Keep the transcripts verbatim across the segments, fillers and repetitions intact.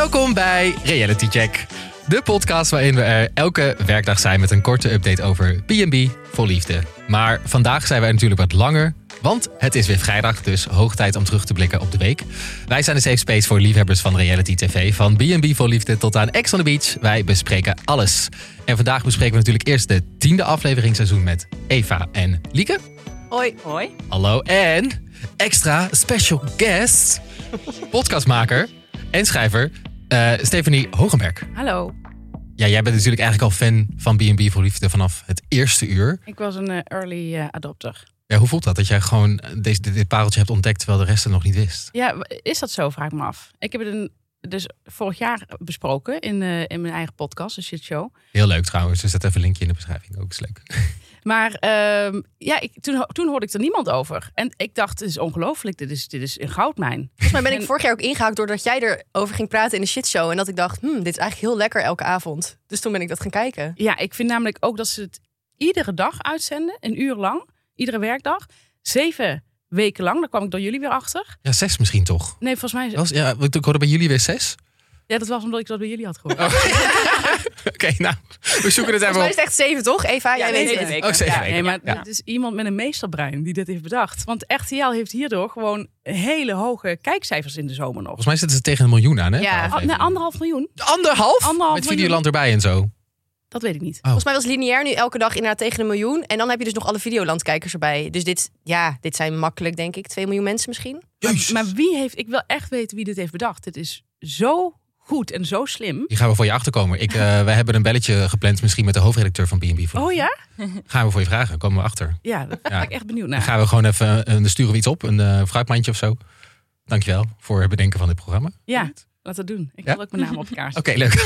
Welkom bij Reality Check. De podcast waarin we er elke werkdag zijn met een korte update over B en B vol liefde. Maar vandaag zijn wij natuurlijk wat langer, want het is weer vrijdag, dus hoog tijd om terug te blikken op de week. Wij zijn de safe space voor liefhebbers van reality tv, van B en B vol liefde tot aan Ex on the Beach. Wij bespreken alles. En vandaag bespreken we natuurlijk eerst de tiende aflevering seizoen met Eva en Lieke. Hoi. Hoi. Hallo. En extra special guest, podcastmaker en schrijver uh, Stephanie Hogenberg. Hallo. Ja, jij bent natuurlijk eigenlijk al fan van B en B voor liefde vanaf het eerste uur. Ik was een uh, early uh, adopter. Ja, hoe voelt dat? Dat jij gewoon deze, dit, dit pareltje hebt ontdekt terwijl de rest het nog niet wist? Ja, is dat zo? Vraag ik me af. Ik heb het een, dus vorig jaar besproken in, uh, in mijn eigen podcast, de Shit Show. Heel leuk trouwens. Dus zet even een linkje in de beschrijving. Ook is leuk. Maar uh, ja, ik, toen, toen hoorde ik er niemand over. En ik dacht, dit is ongelooflijk. Dit is, dit is een goudmijn. Volgens mij ben ik en... vorig jaar ook ingehaakt doordat jij erover ging praten in de shitshow. En dat ik dacht, hmm, dit is eigenlijk heel lekker elke avond. Dus toen ben ik dat gaan kijken. Ja, ik vind namelijk ook dat ze het iedere dag uitzenden. Een uur lang. Iedere werkdag. Zeven weken lang. Daar kwam ik door jullie weer achter. Ja, zes misschien toch? Nee, volgens mij... Was, ja, ik hoorde bij jullie weer zes. Ja, dat was omdat ik dat bij jullie had gehoord. Oh. Oké, okay, nou, we zoeken het even op. Volgens mij is het echt zeven, toch? Eva, jij ja, weet het. het. Oh, zeven ja, weken. Nee, maar ja. het is iemand met een meesterbrein die dit heeft bedacht. Want R T L heeft hierdoor gewoon hele hoge kijkcijfers in de zomer nog. Volgens mij zitten ze tegen een miljoen aan, hè? Ja, oh, nee, anderhalf miljoen. Anderhalf? Anderhalf Met miljoen. Videoland erbij en zo. Dat weet ik niet. Oh. Volgens mij was lineair nu elke dag inderdaad tegen een miljoen. En dan heb je dus nog alle Videoland-kijkers erbij. Dus dit, ja, dit zijn makkelijk, denk ik, twee miljoen mensen misschien. Maar, maar wie heeft... Ik wil echt weten wie dit heeft bedacht. Dit is zo goed en zo slim. Die gaan we voor je achterkomen. Ik, uh, we hebben een belletje gepland misschien met de hoofdredacteur van B en B. Oh ja? Gaan we voor je vragen. Komen we achter. Ja, daar ben ja. ik echt benieuwd naar. Dan gaan we gewoon even... Uh, dan sturen we iets op. Een uh, fruitmandje of zo. Dankjewel voor het bedenken van dit programma. Ja, laten we doen. Ik wil ja? ook mijn naam op elkaar Oké, okay, leuk.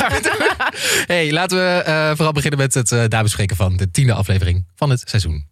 Hey, laten we uh, vooral beginnen met het uh, nabespreken van de tiende aflevering van het seizoen.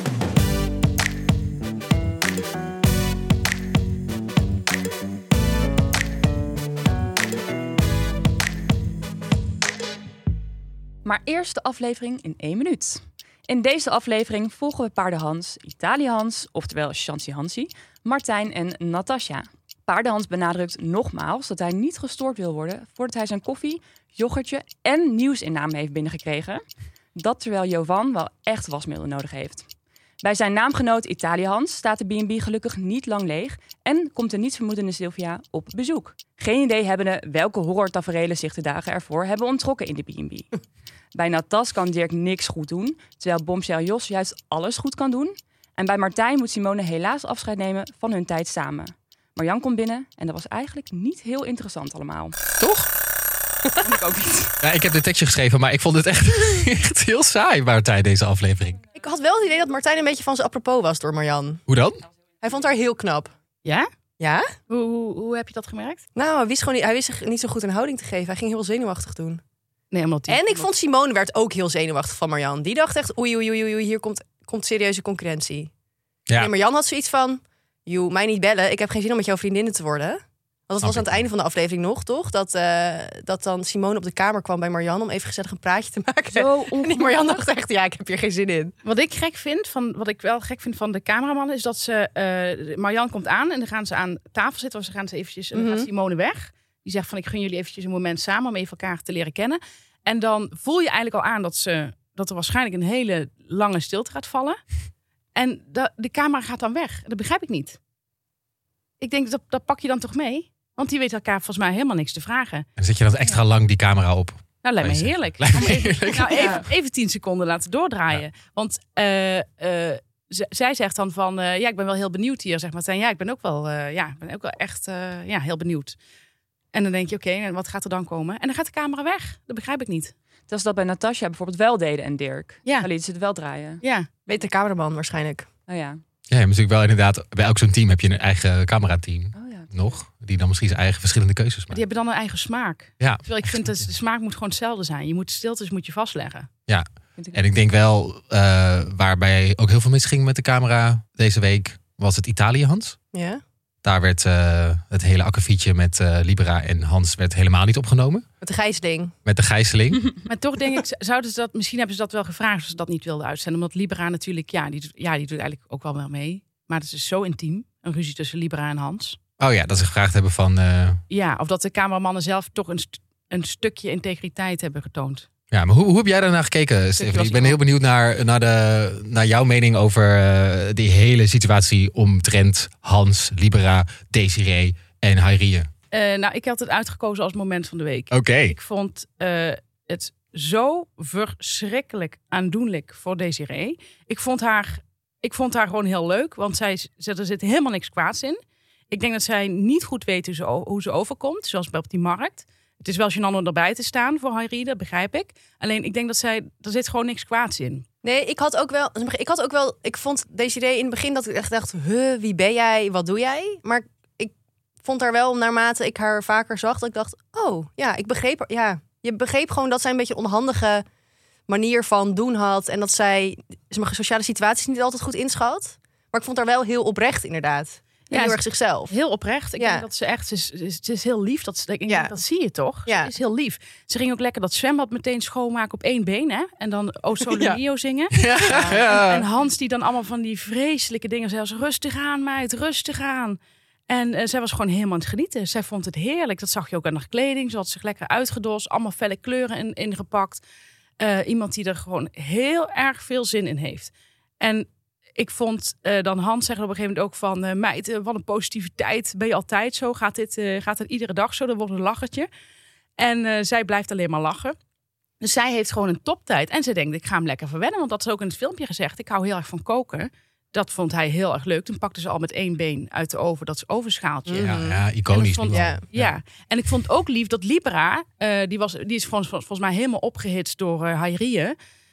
Maar eerst de aflevering in één minuut. In deze aflevering volgen we Paardenhans, Italië-Hans, oftewel Chancy Hansi, Martijn en Natasja. Paardenhans benadrukt nogmaals dat hij niet gestoord wil worden voordat hij zijn koffie, yoghurtje en nieuwsinname heeft binnengekregen. Dat terwijl Jovan wel echt wasmiddel nodig heeft. Bij zijn naamgenoot Italië-Hans staat de B en B gelukkig niet lang leeg en komt de nietsvermoedende Sylvia op bezoek. Geen idee hebbende welke horrortaferelen zich de dagen ervoor hebben onttrokken in de B en B. Bij Natas kan Dirk niks goed doen, terwijl Bombshell Jos juist alles goed kan doen. En bij Martijn moet Simone helaas afscheid nemen van hun tijd samen. Marjan komt binnen en dat was eigenlijk niet heel interessant allemaal. Toch? Dat vond ik ook niet. Ja, ik heb de tekstje geschreven, maar ik vond het echt, echt heel saai, Martijn, deze aflevering. Ik had wel het idee dat Martijn een beetje van zijn apropos was door Marjan. Hoe dan? Hij vond haar heel knap. Ja? Ja? Hoe, hoe, hoe heb je dat gemerkt? Nou, hij wist, gewoon niet, hij wist zich niet zo goed een houding te geven. Hij ging heel zenuwachtig doen. Nee, omdat die... En ik vond Simone werd ook heel zenuwachtig van Marjan. Die dacht echt, oei, oei, oei, oei, hier komt, komt serieuze concurrentie. Ja. En Marjan had zoiets van, joh, mij niet bellen. Ik heb geen zin om met jouw vriendinnen te worden. Want dat was okay. aan het einde van de aflevering nog, toch? Dat, uh, dat dan Simone op de kamer kwam bij Marjan om even gezellig een praatje te maken. Zo en die Marjan dacht echt, ja, ik heb hier geen zin in. Wat ik gek vind, van, wat ik wel gek vind van de cameraman, is dat ze, uh, Marjan komt aan en dan gaan ze aan tafel zitten. Of ze gaan ze eventjes, en dan Mm-hmm. gaat Simone weg. Die zegt van, ik gun jullie eventjes een moment samen om even elkaar te leren kennen. En dan voel je eigenlijk al aan dat, ze, dat er waarschijnlijk een hele lange stilte gaat vallen. En de, de camera gaat dan weg. Dat begrijp ik niet. Ik denk, dat, dat pak je dan toch mee? Want die weten elkaar volgens mij helemaal niks te vragen. En dan zet je dat extra lang die camera op. Nou, lijkt me heerlijk. Lijkt me Om even, heerlijk. nou, even, Ja. even tien seconden laten doordraaien. Ja. Want uh, uh, z- zij zegt dan van, uh, ja, ik ben wel heel benieuwd hier. Zeg maar. Ja, ik ben ook wel, uh, ja, ik ben ook wel echt uh, ja, heel benieuwd. En dan denk je, oké, okay, wat gaat er dan komen? En dan gaat de camera weg. Dat begrijp ik niet. Dat is dat bij Natasja bijvoorbeeld wel deden en Dirk. Ja. Dan lieten ze het wel draaien. Ja. Weet de cameraman waarschijnlijk. Oh ja. Ja, je hebt natuurlijk wel inderdaad, bij elk zo'n team heb je een eigen camerateam. Oh ja. Nog, die dan misschien zijn eigen verschillende keuzes Die maken. hebben dan een eigen smaak. Ja. Terwijl ik vind dat de smaak moet gewoon hetzelfde zijn. Je moet stiltes moet je vastleggen. Ja, Vind ik en ik denk wel, uh, waarbij ook heel veel misging met de camera deze week, was het Italië-Hans. Ja. Daar werd uh, het hele akkefietje met uh, Libera en Hans werd helemaal niet opgenomen. Met de gijzeling. Met de gijzeling. Maar toch denk ik, zouden ze dat, misschien hebben ze dat wel gevraagd als ze dat niet wilden uitzenden. Omdat Libera natuurlijk, ja, die doet, ja, die doet eigenlijk ook wel wel mee. Maar het is zo intiem, een ruzie tussen Libera en Hans. Oh ja, dat ze gevraagd hebben van... Uh... Ja, of dat de cameramannen zelf toch een, st- een stukje integriteit hebben getoond. Ja, maar hoe, hoe heb jij daarnaar gekeken, Stephanie? Ik ben heel benieuwd naar, naar, de, naar jouw mening over uh, die hele situatie omtrent Hans, Libera, Desiree en Hayriye. Uh, nou, ik had het uitgekozen als moment van de week. Oké. Okay. Ik vond uh, het zo verschrikkelijk aandoenlijk voor Desiree. Ik vond haar, ik vond haar gewoon heel leuk, want zij, er zit helemaal niks kwaads in. Ik denk dat zij niet goed weet hoe ze, hoe ze overkomt, zoals bij op die markt. Het is wel gênant om erbij te staan voor Hayriye, dat begrijp ik. Alleen, ik denk dat zij, er zit gewoon niks kwaads in. Nee, ik had ook wel, ik had ook wel, ik vond Desiree in het begin dat ik echt dacht, huh, wie ben jij, wat doe jij? Maar ik vond haar wel, naarmate ik haar vaker zag, dat ik dacht, oh, ja, ik begreep haar, ja. Je begreep gewoon dat zij een beetje een onhandige manier van doen had. En dat zij zeg, sociale situaties niet altijd goed inschat. Maar ik vond haar wel heel oprecht, inderdaad. En ja, heel erg zichzelf. Heel oprecht. Ik ja. denk dat ze echt, ze is, ze is heel lief. Dat, ik ja. dat zie je toch? Ja. Ze is heel lief. Ze ging ook lekker dat zwembad meteen schoonmaken op één been. Hè? En dan O Sole ja. Mio zingen. Ja. Ja. En, en Hans die dan allemaal van die vreselijke dingen zei. Als rustig aan meid, rustig aan. En uh, zij was gewoon helemaal aan het genieten. Zij vond het heerlijk. Dat zag je ook aan haar kleding. Ze had zich lekker uitgedost. Allemaal felle kleuren in, ingepakt. Uh, iemand die er gewoon heel erg veel zin in heeft. En ik vond uh, dan Hans zeggen op een gegeven moment ook van... Uh, meid, uh, wat een positiviteit. Ben je altijd zo? Gaat dit, uh, gaat het iedere dag zo? Dan wordt een lachertje. En uh, zij blijft alleen maar lachen. Dus zij heeft gewoon een toptijd. En ze denkt, ik ga hem lekker verwennen. Want dat is ook in het filmpje gezegd. Ik hou heel erg van koken. Dat vond hij heel erg leuk. Toen pakte ze al met één been uit de oven. Dat is overschaaltje. Ja, ja iconisch. Vond, ja, ja. ja, en ik vond ook lief dat Libera... Uh, die, was, die is volgens, volgens mij helemaal opgehitst door uh, Hayriye...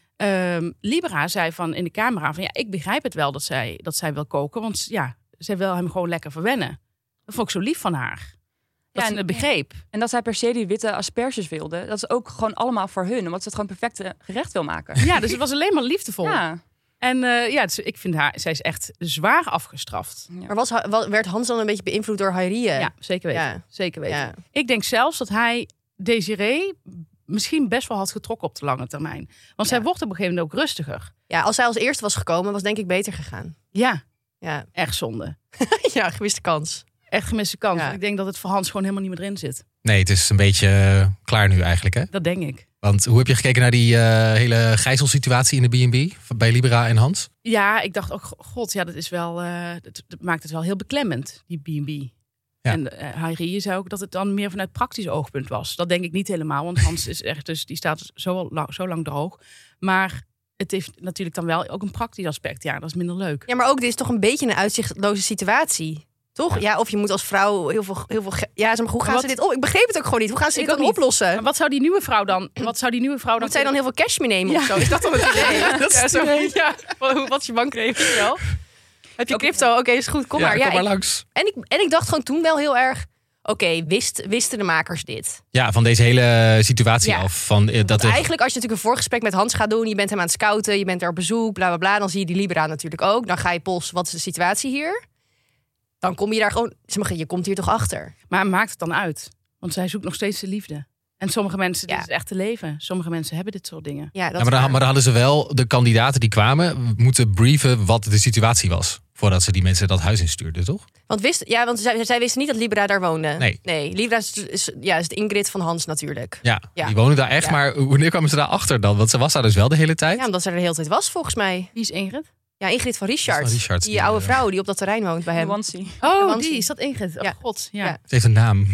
Um, Libera zei van in de camera van ja, ik begrijp het wel dat zij, dat zij wil koken. Want ja, zij wil hem gewoon lekker verwennen. Dat vond ik zo lief van haar. Dat ja, ze het begreep. En dat zij per se die witte asperges wilde. Dat is ook gewoon allemaal voor hun. Omdat ze het gewoon perfect gerecht wil maken. Ja, dus het was alleen maar liefdevol. Ja. En uh, ja, dus ik vind haar, zij is echt zwaar afgestraft. Ja. Maar was, werd Hans dan een beetje beïnvloed door Hayriye? Ja, zeker weten. Ja. Zeker weten. Ja. Ik denk zelfs dat hij Desiree misschien best wel had getrokken op de lange termijn. Want ja. zij wordt op een gegeven moment ook rustiger. Ja, als zij als eerste was gekomen, was denk ik beter gegaan. Ja, ja. Echt zonde. Ja, gemiste kans. Echt gemiste kans. Ja. Ik denk dat het voor Hans gewoon helemaal niet meer erin zit. Nee, het is een beetje uh, klaar nu eigenlijk, hè? Dat denk ik. Want hoe heb je gekeken naar die uh, hele gijzelsituatie in de B en B bij Libera en Hans? Ja, ik dacht ook, god, ja, dat is wel, uh, dat, dat maakt het wel heel beklemmend, die B en B. Ja. En uh, Hayriye zei ook dat het dan meer vanuit praktisch oogpunt was. Dat denk ik niet helemaal, want Hans is echt, dus die staat zo, zo lang droog. Maar het heeft natuurlijk dan wel ook een praktisch aspect. Ja, dat is minder leuk. Ja, maar ook dit is toch een beetje een uitzichtloze situatie. Toch? Ja, ja of je moet als vrouw heel veel... Heel veel ge- ja, zeg maar, hoe gaan wat, ze dit op? Ik begreep het ook gewoon niet. Hoe gaan ze dit dan niet oplossen? Maar wat zou die nieuwe vrouw dan... Wat zou die nieuwe vrouw dan... Moet zij dan heel veel cash meenemen ja. of zo? Is dat dan het idee? Ja, dat is ja, zo, ja. Wat is je bankrekening wel? Heb je crypto? Oké, okay, is goed. Kom ja, maar. Ja, kom maar ik, langs. En ik, en ik dacht gewoon toen wel heel erg... Oké, okay, wist, wisten de makers dit? Ja, van deze hele situatie ja. af. Van, uh, dat er... Eigenlijk als je natuurlijk een voorgesprek met Hans gaat doen... je bent hem aan het scouten, je bent er op bezoek, bla bla bla... dan zie je die Libera natuurlijk ook. Dan ga je polsen, wat is de situatie hier? Dan kom je daar gewoon... Je komt hier toch achter? Maar maakt het dan uit? Want zij zoekt nog steeds de liefde. En sommige mensen, dit ja. is echt te leven. Sommige mensen hebben dit soort dingen. Ja, dat ja, maar, dan, maar dan hadden ze wel, de kandidaten die kwamen... moeten brieven wat de situatie was... voordat ze die mensen dat huis instuurden, toch? Want, wist, ja, want zij, zij wisten niet dat Libera daar woonde. Nee. nee Libera is, is, ja, is de Ingrid van Hans natuurlijk. Ja, ja. die wonen daar echt. Ja. Maar wanneer kwamen ze daar achter dan? Want ze was daar dus wel de hele tijd. Ja, omdat ze er de hele tijd was, volgens mij. Wie is Ingrid? Ja, Ingrid van Richard. Van Richard die, die oude vrouw die op dat terrein woont bij hem. Wansie. Oh, Wansie. Die. Is dat Ingrid? Oh, ja. god. Ja. ja. Ze heeft een naam.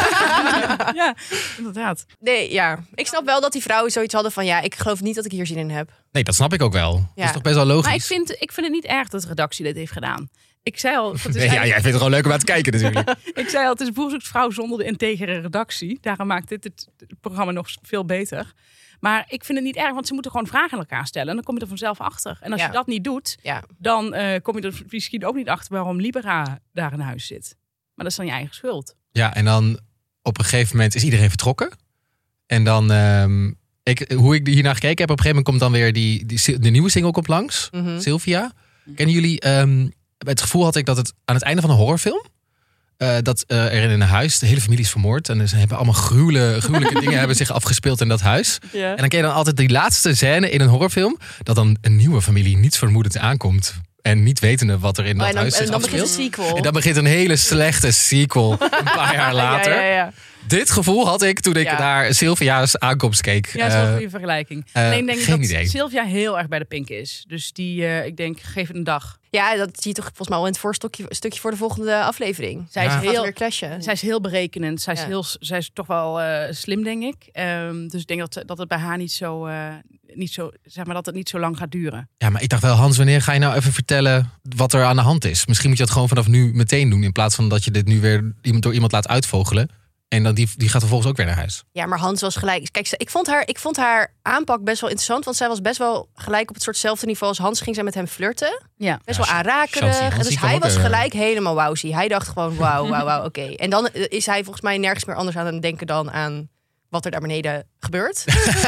Ja, ja, inderdaad. Nee, ja. Ik snap wel dat die vrouwen zoiets hadden van... ja, ik geloof niet dat ik hier zin in heb. Nee, dat snap ik ook wel. Ja. Dat is toch best wel logisch. Maar ik vind, ik vind het niet erg dat de redactie dit heeft gedaan. Ik zei al... Het is nee, ja, jij vindt het gewoon leuk om aan te kijken natuurlijk. Ik zei al, het is Boer zoekt vrouw zonder de integere redactie. Daarom maakt dit het, het programma nog veel beter. Maar ik vind het niet erg, want ze moeten gewoon vragen aan elkaar stellen. En dan kom je er vanzelf achter. En als ja. je dat niet doet, ja. dan uh, kom je er misschien ook niet achter waarom Libera daar in huis zit. Maar dat is dan je eigen schuld. Ja, en dan op een gegeven moment is iedereen vertrokken. En dan, um, ik, hoe ik hiernaar gekeken heb, op een gegeven moment komt dan weer die, die de nieuwe single komt langs. Mm-hmm. Sylvia. Kennen jullie, um, het gevoel had ik dat het aan het einde van een horrorfilm... Uh, dat uh, er in een huis, de hele familie is vermoord. En ze hebben allemaal gruwelijke, gruwelijke dingen hebben zich afgespeeld in dat huis. Ja. En dan ken je dan altijd die laatste scène in een horrorfilm... dat dan een nieuwe familie niets vermoedend aankomt. En niet wetende wat er in Oh, dat en dan, huis zich en dan begint de afspeelt. sequel. En dan begint een hele slechte sequel een paar jaar later. Ja, ja, ja. Dit gevoel had ik toen ik Ja. naar Sylvia's aankomst keek. Ja, dat is wel Eh, een goede vergelijking. uh, Alleen denk ik geen dat idee. Sylvia heel erg bij de pink is. Dus die, uh, ik denk, geef het een dag. Ja, dat zie je toch volgens mij al in het voorstukje stukje voor de volgende aflevering. Zij Ja. is Gaat heel... weer clashen. Zij is heel berekenend. Zij is, Ja. heel, zij is toch wel uh, slim, denk ik. Um, dus ik denk dat, dat het bij haar niet zo, uh, niet zo, zeg maar, dat het niet zo lang gaat duren. Ja, maar ik dacht wel, Hans, wanneer ga je nou even vertellen wat er aan de hand is? Misschien moet je dat gewoon vanaf nu meteen doen. In plaats van dat je dit nu weer iemand door iemand laat uitvogelen. En dan die, die gaat vervolgens ook weer naar huis. Ja, maar Hans was gelijk. Kijk, ik vond, haar, ik vond haar aanpak best wel interessant. Want zij was best wel gelijk op het soortzelfde niveau als Hans. Ging zij met hem flirten. Ja. Best Ja, wel aanrakerig. Chancy Hansie En dus kwam hij ook, was eh, gelijk helemaal wauwzie. Hij dacht gewoon wauw, wauw, wauw, oké. En dan is hij volgens mij nergens meer anders aan het denken dan aan wat er daar beneden gebeurt.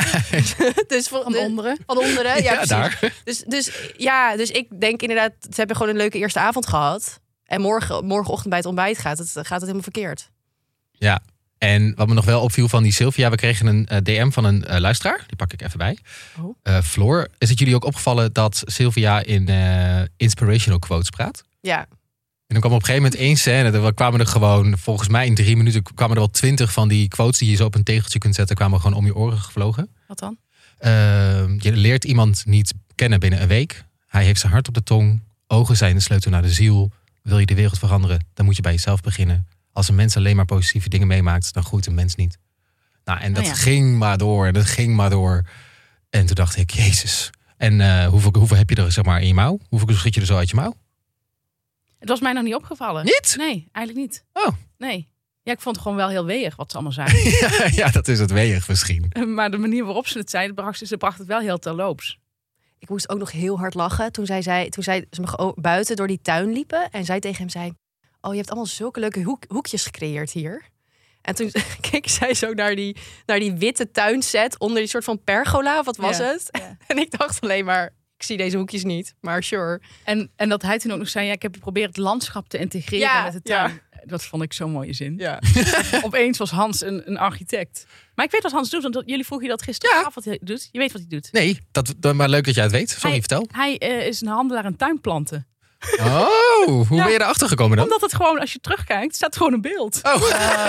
dus Van de- onderen. Van onderen, ja, Ja, precies. daar. Dus, dus ja, dus ik denk inderdaad, ze hebben gewoon een leuke eerste avond gehad. En morgen, morgenochtend bij het ontbijt gaat het, gaat het helemaal verkeerd. Ja. En wat me nog wel opviel van die Sylvia, we kregen een uh, D M van een uh, luisteraar. Die pak ik even bij. Oh. Uh, Floor, is het jullie ook opgevallen dat Sylvia in uh, inspirational quotes praat? Ja. En dan kwam op een gegeven moment één scène. Er kwamen er gewoon, volgens mij in drie minuten, kwamen er wel twintig van die quotes die je zo op een tegeltje kunt zetten, kwamen gewoon om je oren gevlogen. Wat dan? Uh, je leert iemand niet kennen binnen een week. Hij heeft zijn hart op de tong. Ogen zijn de sleutel naar de ziel. Wil je de wereld veranderen, dan moet je bij jezelf beginnen. Als een mens alleen maar positieve dingen meemaakt, dan groeit een mens niet. Nou, en dat Oh ja. ging maar door en dat ging maar door. En toen dacht ik, Jezus. En uh, hoeveel, hoeveel heb je er zeg maar in je mouw? Hoeveel schiet je er zo uit je mouw? Het was mij nog niet opgevallen. Niet? Nee, eigenlijk niet. Oh. Nee. Ja, ik vond het gewoon wel heel weeg wat ze allemaal zeiden. Ja, dat is het weeg misschien. Maar de manier waarop ze het zeiden, bracht ze, ze bracht het wel heel terloops. Ik moest ook nog heel hard lachen toen zij, zei, toen zij ze me buiten door die tuin liepen. En zij tegen hem zei, oh, je hebt allemaal zulke leuke hoek, hoekjes gecreëerd hier. En toen keek zij zo naar die, naar die witte tuinset onder die soort van pergola. Wat was Ja, het? ja. En ik dacht alleen maar, ik zie deze hoekjes niet. Maar sure. En, en dat hij toen ook nog zei, ja, ik heb geprobeerd het landschap te integreren Ja, met de tuin. Dat vond ik zo'n mooie zin. Ja. Opeens was Hans een, een architect. Maar ik weet wat Hans doet, want jullie vroegen je dat gisteravond wat hij doet. Je weet wat hij doet. Nee, dat, dat, maar leuk dat jij het weet. Sorry, Hij- vertel. Hij uh, is een handelaar in tuinplanten. Oh, hoe Ja. ben je erachter gekomen dan? Omdat het gewoon, als je terugkijkt, staat gewoon een beeld. Oh,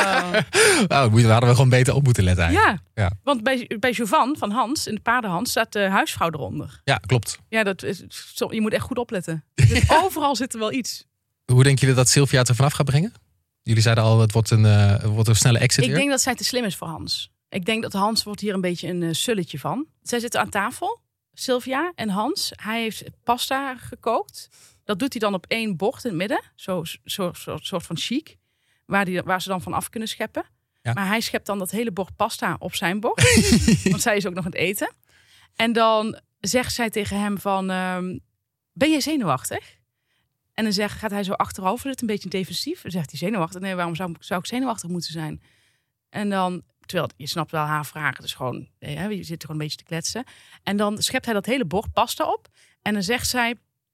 oh we hadden we gewoon beter op moeten letten eigenlijk. Ja, Ja. want bij, bij Jovan van Hans, in de paardenhand, staat de huisvrouw eronder. Ja, klopt. Ja, dat is, zo- je moet echt goed opletten. Dus overal zit er wel iets. Hoe denken jullie dat Sylvia het er vanaf gaat brengen? Jullie zeiden al, het wordt een, uh, het wordt een snelle exit Ik weer. denk dat zij te slim is voor Hans. Ik denk dat Hans wordt hier een beetje een uh, sulletje van. Zij zitten aan tafel, Sylvia en Hans. Hij heeft pasta gekookt. Dat doet hij dan op één bord in het midden. Zo'n zo, zo, soort van chic. Waar, die, waar ze dan van af kunnen scheppen. Ja. Maar hij schept dan dat hele bord pasta op zijn bord. Want zij is ook nog aan het eten. En dan zegt zij tegen hem van... Um, ben je zenuwachtig? En dan zegt, gaat hij zo achterover, het een beetje defensief. Dan zegt hij zenuwachtig. Nee, waarom zou, zou ik zenuwachtig moeten zijn? En dan, terwijl je snapt wel haar vragen. Dus gewoon, ja, je zit gewoon een beetje te kletsen. En dan schept hij dat hele bord pasta op. En dan zegt zij,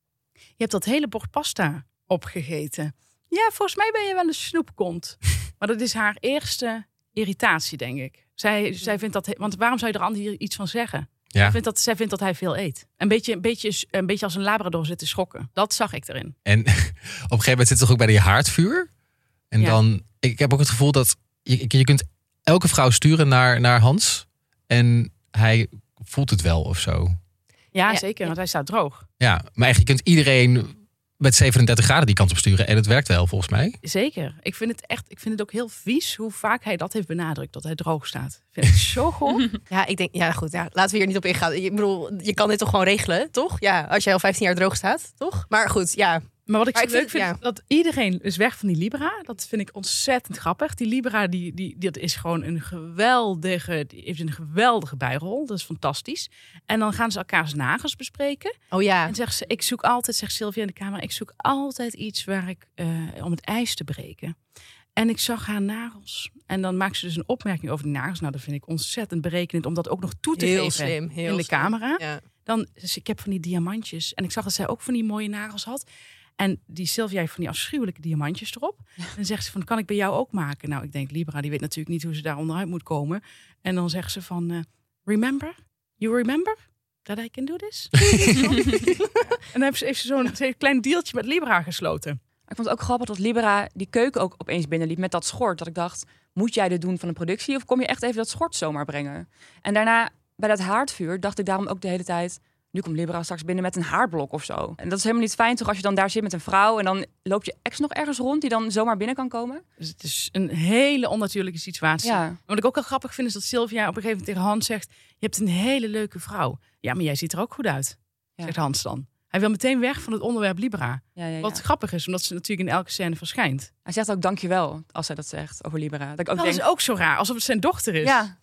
je hebt dat hele bord pasta opgegeten. Ja, volgens mij ben je wel een snoepkont. Maar dat is haar eerste irritatie, denk ik. Zij, zij vindt dat, want waarom zou je er hier iets van zeggen? Ja. Zij, vindt dat, zij vindt dat hij veel eet. Een beetje, een beetje, een beetje als een labrador zitten schokken. Dat zag ik erin. En op een gegeven moment zit ze toch ook bij die haardvuur. En Ja. dan, ik heb ook het gevoel dat je, je kunt elke vrouw sturen naar, naar Hans. En hij voelt het wel of zo. Ja, Ja, zeker, ja. want hij staat droog. Ja, maar eigenlijk je kunt iedereen met zevenendertig graden die kant op sturen. En het werkt wel volgens mij. Zeker. Ik vind het echt, ik vind het ook heel vies hoe vaak hij dat heeft benadrukt, dat hij droog staat. Ik vind het zo goor. Ja, ik denk, ja goed, ja, laten we hier niet op ingaan. Ik bedoel, je kan dit toch gewoon regelen, toch? Ja, als jij al vijftien jaar droog staat, toch? Maar goed, ja. Maar wat ik Maar zo ik leuk vind- vind, ja. dat iedereen is weg van die Libera. Dat vind ik ontzettend grappig. Die Libera, die, die, die, dat is gewoon een geweldige, die heeft een geweldige bijrol. Dat is fantastisch. En dan gaan ze elkaars nagels bespreken. Oh ja. En zegt ze, ik zoek altijd, zegt Sylvia in de kamer, ik zoek altijd iets waar ik, uh, om het ijs te breken. En ik zag haar nagels. En dan maakt ze dus een opmerking over die nagels. Nou, dat vind ik ontzettend berekenend om dat ook nog toe te Heel geven slim, heel in de slim. camera. Ja. Dan, dus ik heb van die diamantjes. En ik zag dat zij ook van die mooie nagels had. En die Sylvia heeft van die afschuwelijke diamantjes erop. En dan zegt ze van, kan ik bij jou ook maken? Nou, ik denk, Libera, die weet natuurlijk niet hoe ze daar onderuit moet komen. En dan zegt ze van, uh, remember? You remember? that I can do this. En dan heeft ze, heeft ze zo'n ze heeft een klein dealtje met Libra gesloten. Ik vond het ook grappig dat Libra die keuken ook opeens binnenliep met dat schort. Dat ik dacht, moet jij dit doen van een productie? Of kom je echt even dat schort zomaar brengen? En daarna, bij dat haardvuur, dacht ik daarom ook de hele tijd... Nu komt Libra straks binnen met een haarblok of zo. En dat is helemaal niet fijn, toch? Als je dan daar zit met een vrouw... en dan loopt je ex nog ergens rond die dan zomaar binnen kan komen. Dus het is een hele onnatuurlijke situatie. Ja. Wat ik ook heel grappig vind, is dat Sylvia op een gegeven moment tegen Hans zegt... Je hebt een hele leuke vrouw. Ja, maar jij ziet er ook goed uit, Ja. zegt Hans dan. Hij wil meteen weg van het onderwerp Libra. Ja, ja, ja. Wat grappig is, omdat ze natuurlijk in elke scène verschijnt. Hij zegt ook dankjewel als hij dat zegt over Libra. Dat ik ook Dat denk, is ook zo raar, alsof het zijn dochter is. ja,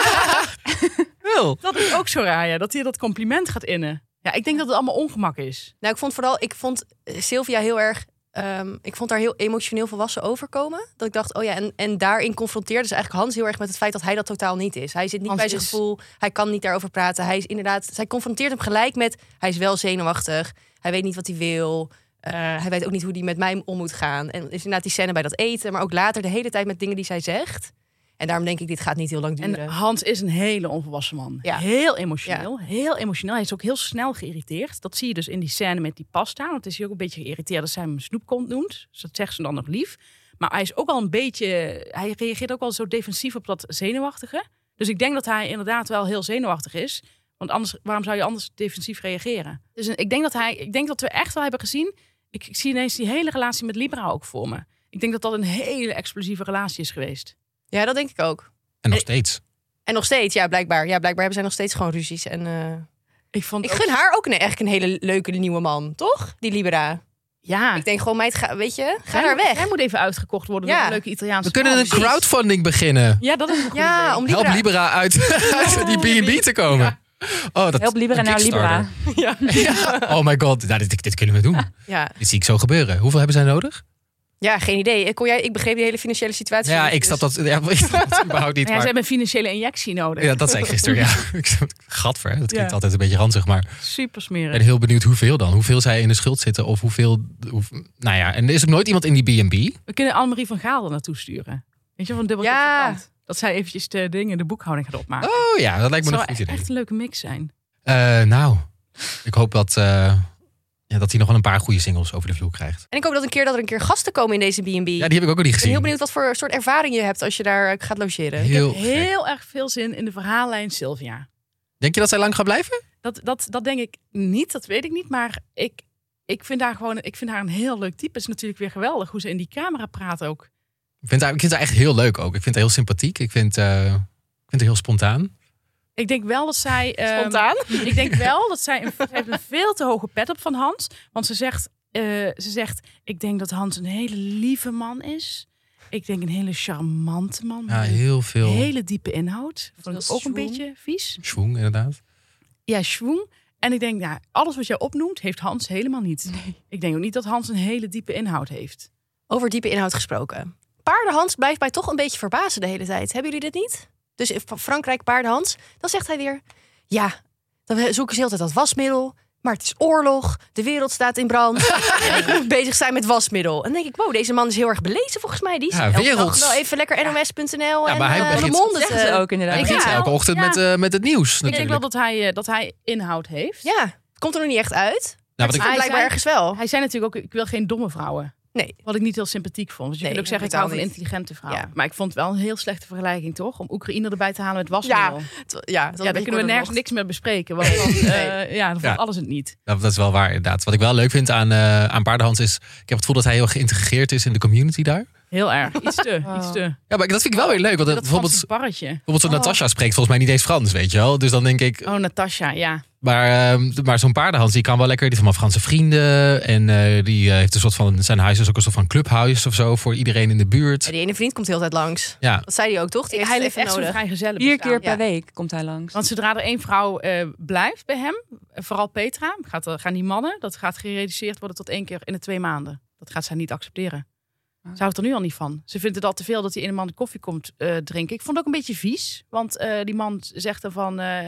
Wel. Dat is ook zo raar, ja, dat hij dat compliment gaat innen. Ja, ik denk dat het allemaal ongemak is. Nou, ik vond vooral, ik vond Sylvia heel erg, um, ik vond haar heel emotioneel volwassen overkomen. Dat ik dacht, oh ja, en, en daarin confronteerde ze eigenlijk Hans heel erg met het feit dat hij dat totaal niet is. Hij zit niet Hans bij zijn is- gevoel, hij kan niet daarover praten. Hij is inderdaad, zij confronteert hem gelijk met, hij is wel zenuwachtig, hij weet niet wat hij wil. Uh, hij weet ook niet hoe hij met mij om moet gaan. En is inderdaad die scène bij dat eten, maar ook later de hele tijd met dingen die zij zegt. En daarom denk ik, dit gaat niet heel lang duren. En Hans is een hele onvolwassen man. Ja. Heel emotioneel. Heel emotioneel. Hij is ook heel snel geïrriteerd. Dat zie je dus in die scène met die pasta. Want is hij ook een beetje geïrriteerd dat zij hem snoepkont noemt. Dus dat zegt ze dan nog lief. Maar hij is ook al een beetje... Hij reageert ook wel zo defensief op dat zenuwachtige. Dus ik denk dat hij inderdaad wel heel zenuwachtig is. Want anders, waarom zou je anders defensief reageren? Dus ik denk dat, hij, ik denk dat we echt wel hebben gezien... Ik, ik zie ineens die hele relatie met Libra ook voor me. Ik denk dat dat een hele explosieve relatie is geweest. Ja, dat denk ik ook. En nog steeds. En nog steeds, ja, blijkbaar. Ja, blijkbaar hebben zij nog steeds gewoon ruzies. En uh, Ik, vond ik ook- gun haar ook een, echt een hele leuke nieuwe man, toch? Die Libera. Ja, Ik denk gewoon, meid, ga, weet je, ga Hij daar moet- weg. Hij moet even uitgekocht worden Ja. door een leuke Italiaanse We kunnen man. een crowdfunding beginnen. Ja, dat is een goed Ja, idee. om Libera. Help Libera uit, uit die B and B te komen. Oh, dat help Libra een naar Libra. Kickstarter. Ja. Oh my god, nou, dit, dit kunnen we doen. Ja. Dit zie ik zo gebeuren. Hoeveel hebben zij nodig? ja, geen idee. Kon jij, ik begreep die hele financiële situatie. Ja, niet, ik snap dus- dat, ja, ik snap dat überhaupt niet. Ja, ze Maar, hebben een financiële injectie nodig. ja, dat zei ik gisteren. Ja. Ik snap- Gadver, dat klinkt Ja. altijd een beetje ranzig. Maar Super ik smerig. ben heel benieuwd hoeveel dan. Hoeveel zij in de schuld zitten. Of hoeveel... Hoe, nou ja, en er is ook nooit iemand in die B and B. We kunnen Annemarie van Gaal er naartoe sturen. Weet je, van dubbel Ja. kant. Dat zij eventjes de dingen, de boekhouding gaat opmaken. Oh ja, dat lijkt me dat een zou goed idee. echt een leuke mix zijn. Uh, nou, ik hoop dat, uh, ja, dat hij nog wel een paar goede singles over de vloer krijgt. En ik hoop dat een keer dat er een keer gasten komen in deze B and B. Ja, die heb ik ook al niet Ik ben gezien. heel benieuwd wat voor soort ervaring je hebt als je daar eh, gaat logeren. Heel Ik heb gek. heel erg veel zin in de verhaallijn Sylvia. Denk je dat zij lang gaat blijven? Dat, dat, dat denk ik niet, dat weet ik niet. Maar ik, ik, vind haar gewoon, ik vind haar een heel leuk type. Het is natuurlijk weer geweldig hoe ze in die camera praat ook. Ik vind haar, ik vind haar echt heel leuk ook. Ik vind haar heel sympathiek. Ik vind, uh, ik vind haar heel spontaan. Ik denk wel dat zij... ehm, Spontaan? Ik denk wel dat zij een, zij heeft een veel te hoge pet op van Hans. Want ze zegt, uh, ze zegt, ik denk dat Hans een hele lieve man is. Ik denk een hele charmante man. Ja, heel veel Hele diepe inhoud. Vond ik Veel ook een schwung. beetje vies. schwung inderdaad. Ja, schwung. En ik denk, ja, alles wat jij opnoemt, heeft Hans helemaal niet. Ik denk ook niet dat Hans een hele diepe inhoud heeft. Over diepe inhoud gesproken. Paardenhans blijft mij toch een beetje verbazen de hele tijd. Hebben jullie dit niet? Dus in Frankrijk paardenhans. Dan zegt hij weer... Ja, dan zoeken ze altijd dat wasmiddel. Maar het is oorlog. De wereld staat in brand. En ik moet bezig zijn met wasmiddel. En dan denk ik, wow, deze man is heel erg belezen volgens mij. Die is Ja, elke dag werelds. wel even lekker N O S punt N L Ja, en maar hij uh, Le begint- Monde. Zeggen ze ook inderdaad. Hij Ik begint ja, elke ochtend ja. met, uh, met het nieuws Ik denk natuurlijk. wel dat hij, uh, dat hij inhoud heeft. Ja, het komt er nog niet echt uit. Nou, wat Het ik, komt Hij blijkbaar zei- ergens wel. Hij zei natuurlijk ook, ik wil geen domme vrouwen. Nee. Wat ik niet heel sympathiek vond. Dus je Nee, kunt ook zeggen, ik hou van totaal niet. intelligente vrouwen. Ja. Maar ik vond het wel een heel slechte vergelijking, toch? Om Oekraïne erbij te halen met wasmiddel. Ja, het- ja, het was Ja, een daar beetje kunnen we kort nergens door de niks meer bespreken. Want dan, uh, ja, dan valt Ja. alles het niet. dat is wel waar inderdaad. Wat ik wel leuk vind aan, uh, aan Paardenhans is... Ik heb het gevoel dat hij heel geïntegreerd is in de community daar. Heel erg. Iets te. Oh. Iets te. Ja, maar dat vind ik wel weer leuk. Want Dat bijvoorbeeld, Franse barretje. bijvoorbeeld zo'n Oh. Natasha spreekt volgens mij niet eens Frans, weet je wel. Dus dan denk ik... Oh, Natasha, ja. Maar, uh, maar zo'n Paardenhans, die kan wel lekker. Die heeft allemaal Franse vrienden. En uh, die uh, heeft een soort van... Zijn huis is ook een soort van clubhuis of zo. Voor iedereen in de buurt. Ja, die ene vriend komt heel de tijd langs. Ja, Dat zei hij ook, toch? Die heeft Hij het leeft even echt zo'n nodig. vrijgezellen Vier bestaan. keer per Ja. week komt hij langs. Want zodra er één vrouw uh, blijft bij hem, uh, vooral Petra, gaat er, gaan die mannen, dat gaat gereduceerd worden tot één keer in de twee maanden. Dat gaat zij niet accepteren. Oh. Ze houdt er nu al niet van. Ze vindt het al te veel dat die ene man de koffie komt uh, drinken. Ik vond het ook een beetje vies. Want uh, die man zegt dan van... Uh, uh,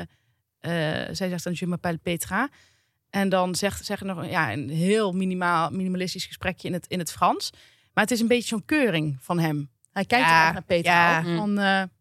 zij zegt dan, je m'appelle Petra. En dan zegt ze nog ja, een heel minimaal, minimalistisch gesprekje in het, in het Frans. Maar het is een beetje zo'n keuring van hem. Hij kijkt Ja, er echt naar Petra. ja. ook, Van, uh, ja,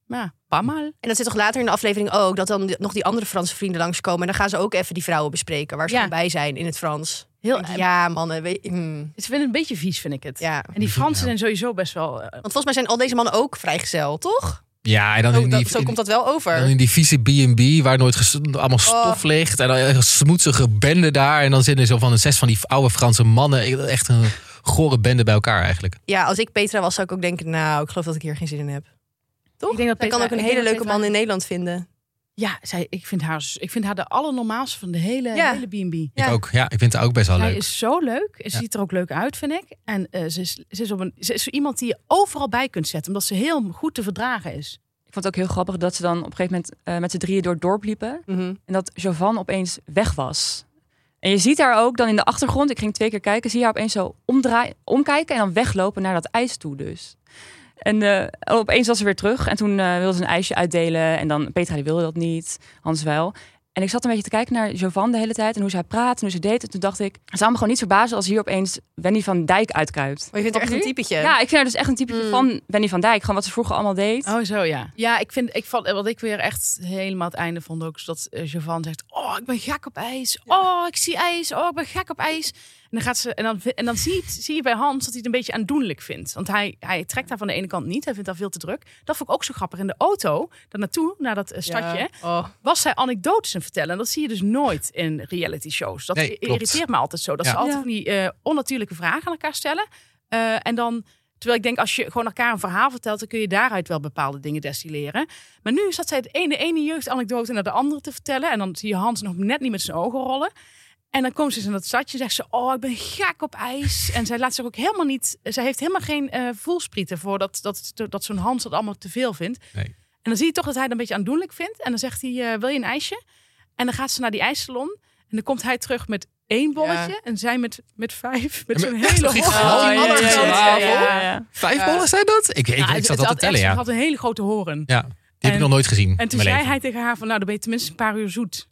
Pamal. En dat zit toch later in de aflevering ook, dat dan nog die andere Franse vrienden langskomen. En dan gaan ze ook even die vrouwen bespreken, waar ze Ja. gewoon bij zijn in het Frans. Heel, Denk je, ja, mannen. Weet, hmm. Het vind ik een beetje vies, vind ik het. ja. En die Fransen Ja. zijn sowieso best wel... Uh, Want volgens mij zijn al deze mannen ook vrijgezel, toch? Ja, en dan Oh, in dat, die, zo komt dat wel over. dan in die vieze B en B, waar nooit ges- allemaal stof Oh. ligt. En dan een smoetsige bende daar. En dan zitten er zo van de zes van die oude Franse mannen. Echt een gore bende bij elkaar eigenlijk. Ja, als ik Petra was, zou ik ook denken, nou, ik geloof dat ik hier geen zin in heb. Toch? Ik denk dat Hij kan Petra- ook een ik hele denk dat leuke Petra- man in Nederland vinden. Ja, zij, ik, vind haar, ik vind haar de allernormaalste van de hele, Ja. hele B en B. Ja. Ik ook. Ja, ik vind het ook best wel Zij leuk. is zo leuk. Ze Ja. ziet er ook leuk uit, vind ik. En uh, ze, is, ze, is op een, ze is zo iemand die je overal bij kunt zetten. Omdat ze heel goed te verdragen is. Ik vond het ook heel grappig dat ze dan op een gegeven moment uh, met z'n drieën door het dorp liepen. Mhm. En dat Jovan opeens weg was. En je ziet haar ook dan in de achtergrond, ik ging twee keer kijken, zie je haar opeens zo omdraaien, omkijken en dan weglopen naar dat ijs toe dus. En uh, opeens was ze weer terug en toen uh, wilde ze een ijsje uitdelen en dan Petra die wilde dat niet, Hans wel. En ik zat een beetje te kijken naar Jovan de hele tijd en hoe zij praat en hoe ze deed. En toen dacht ik, het zou me gewoon niet verbazen als hier opeens Wendy van Dijk uitkuipt. Maar je vindt haar echt een typetje. Ja, ik vind haar dus echt een typetje Mm. van Wendy van Dijk. Gewoon wat ze vroeger allemaal deed. Oh, zo ja. Ja, ik vind, ik vond, wat ik weer echt helemaal het einde vond ook, is dat uh, Jovan zegt, oh, ik ben gek op ijs. Oh, ik zie ijs. Oh, ik ben gek op ijs. En dan, gaat ze, en dan, en dan zie, je, zie je bij Hans dat hij het een beetje aandoenlijk vindt. Want hij, hij trekt haar van de ene kant niet. Hij vindt haar veel te druk. Dat vond ik ook zo grappig. In de auto, daar naartoe, naar dat uh, stadje, Ja. Oh. was zij anekdotes aan vertellen. En dat zie je dus nooit in reality shows. Dat Nee, i- klopt. irriteert me altijd zo. Dat Ja. ze altijd Ja. van die uh, onnatuurlijke vragen aan elkaar stellen. Uh, en dan... Terwijl ik denk, als je gewoon elkaar een verhaal vertelt, dan kun je daaruit wel bepaalde dingen destilleren. Maar nu zat zij de ene, de ene jeugdanekdote naar de andere te vertellen. En dan zie je Hans nog net niet met zijn ogen rollen. En dan komt ze in dat stadje en zegt ze, oh, ik ben gek op ijs. En zij laat zich ook helemaal niet, zij heeft helemaal geen uh, voelsprieten voor dat, dat, dat zo'n Hans dat allemaal te veel vindt. Nee. En dan zie je toch dat hij het een beetje aandoenlijk vindt. En dan zegt hij, uh, wil je een ijsje? En dan gaat ze naar die ijssalon. En dan komt hij terug met één bolletje. Ja. En zij met, met vijf. Met Ja, zo'n maar echt hele een horen. gigantische Oh, ja, ja, ja, ja, ja, ja. Vijf Ja. bollen zijn dat? Ik, ik, Ja, ik het- zat het dat te had tellen, echt- ja. Ze had een hele grote horen. Ja, die heb ik En- nog nooit gezien En in toen mijn zei leven. hij tegen haar van, nou, dan ben je tenminste een paar uur zoet.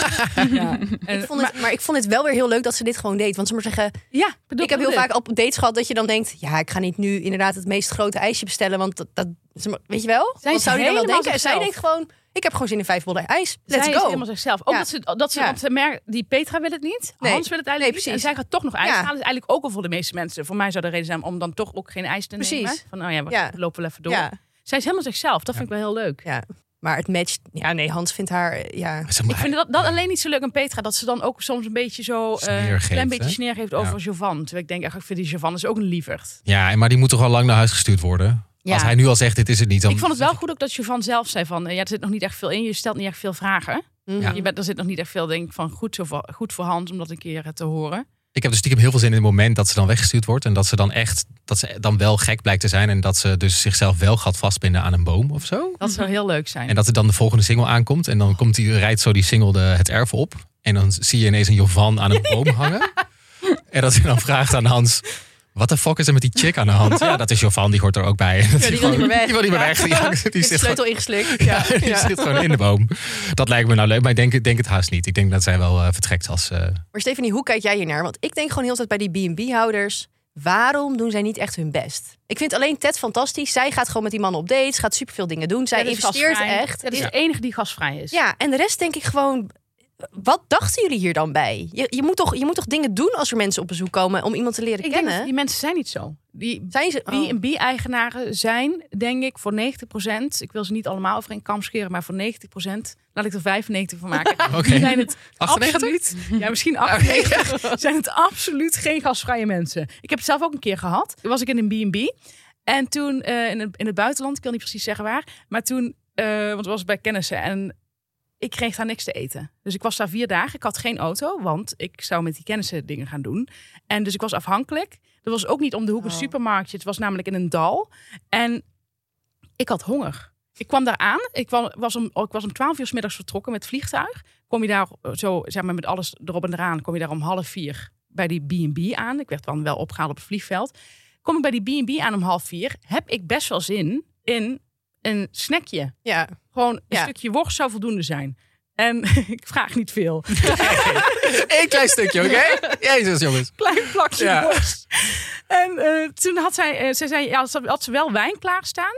ja. En, Ik vond het, maar, ik vond het wel weer heel leuk dat ze dit gewoon deed. Want ze maar zeggen, ja, bedoel, ik heb heel bedoel vaak op dates gehad dat je dan denkt, ja, ik ga niet nu inderdaad het meest grote ijsje bestellen, want dat, dat weet je wel? Zij Wat is zou die dan wel helemaal denken? En zij zichzelf. denkt gewoon, ik heb gewoon zin in vijf bollen ijs. Let's zij go. is helemaal zichzelf. Ook Ja. dat ze, dat ze Ja. want ze merkt, die Petra wil het niet. Nee. Hans wil het eigenlijk Nee, niet. precies. En zij gaat toch nog ijs Ja. halen. Dat is eigenlijk ook al voor de meeste mensen. Voor mij zou de reden zijn om dan toch ook geen ijs te Precies. nemen. Van, oh ja, we Ja. lopen wel even door. Ja, Zij is helemaal zichzelf. Dat vind ik wel heel leuk. ja. Maar het matcht, ja nee, Hans vindt haar, eh, ja. Zeg maar, Ik vind dat, dat alleen niet zo leuk aan Petra. Dat ze dan ook soms een beetje zo uh, Sneer een geeft, klein beetje hè? sneer geeft over Jovan. Terwijl ik denk, echt, ik vind die Jovan is ook een lieverd. Ja, maar die moet toch al lang naar huis gestuurd worden? Ja. Als hij nu al zegt, dit is het niet, dan... Ik vond het wel goed ook dat Jovan zelf zei van, uh, ja, er zit nog niet echt veel in. Je stelt niet echt veel vragen. Mhm. Ja. Je bent, er zit nog niet echt veel, denk ik, van goed, zo voor, goed voor Hans om dat een keer uh, te horen. Ik heb dus stiekem heel veel zin in het moment dat ze dan weggestuurd wordt. En dat ze dan echt, dat ze dan wel gek blijkt te zijn. En dat ze dus zichzelf wel gaat vastbinden aan een boom of zo. Dat zou heel leuk zijn. En dat er dan de volgende single aankomt. En dan komt die, rijdt zo die single de, het erf op. En dan zie je ineens een Jovan aan een boom hangen. En dat ze dan vraagt aan Hans, wat de fuck is er met die chick aan de hand? Ja, dat is Jovan, die hoort er ook bij. Ja, die wil niet meer weg. Die wil niet meer weg. Die, hangt- die Die heeft de zit gewoon, sleutel ingeslikt. Ja. die Ja. zit gewoon in de boom. Dat lijkt me nou leuk. Maar ik denk, denk het haast niet. Ik denk dat zij wel uh, vertrekt als... Uh, Maar Stephanie, hoe kijk jij hier naar? Want ik denk gewoon heel de tijd bij die B en B-houders, waarom doen zij niet echt hun best? Ik vind alleen Ted fantastisch. Zij gaat gewoon met die mannen op dates, gaat superveel dingen doen. Zij Ja, dat is investeert gastvrij. echt. Dat is Ja. de enige die gastvrij is. Ja, en de rest denk ik gewoon, wat dachten jullie hier dan bij? Je, je, moet toch, je moet toch dingen doen als er mensen op bezoek komen om iemand te leren Ik denk kennen? dat die mensen zijn niet zo. Die Zijn ze? B en B-eigenaren zijn, denk ik, voor negentig procent... Ik wil ze niet allemaal over een kam scheren, maar voor negentig procent... Laat ik er vijfennegentig van maken. Oké. Die zijn het achtennegentig? absoluut... Ja, misschien achtennegentig. Zijn het absoluut geen gastvrije mensen. Ik heb het zelf ook een keer gehad. Toen was ik in een B en B. En toen uh, in, het, in het buitenland, ik wil niet precies zeggen waar... Maar toen, uh, want het was bij kennissen... en ik kreeg daar niks te eten. Dus ik was daar vier dagen. Ik had geen auto, want ik zou met die kennissen dingen gaan doen. En dus ik was afhankelijk. Er was ook niet om de hoek een Oh. supermarktje. Het was namelijk in een dal. En ik had honger. Ik kwam daar aan. Ik kwam, was om, ik was om twaalf uur 's middags vertrokken met vliegtuig. Kom je daar zo, zeg maar, met alles erop en eraan, kom je daar om half vier bij die B en B aan. Ik werd dan wel opgehaald op het vliegveld. Kom ik bij die B en B aan om half vier, heb ik best wel zin in een snackje. Ja. Gewoon een Ja. stukje worst zou voldoende zijn. En ik vraag niet veel. Eén klein stukje, oké? Jezus, jongens. Klein plakje Ja. worst. En uh, toen had zij, uh, zij zei, ja, had ze wel wijn klaarstaan.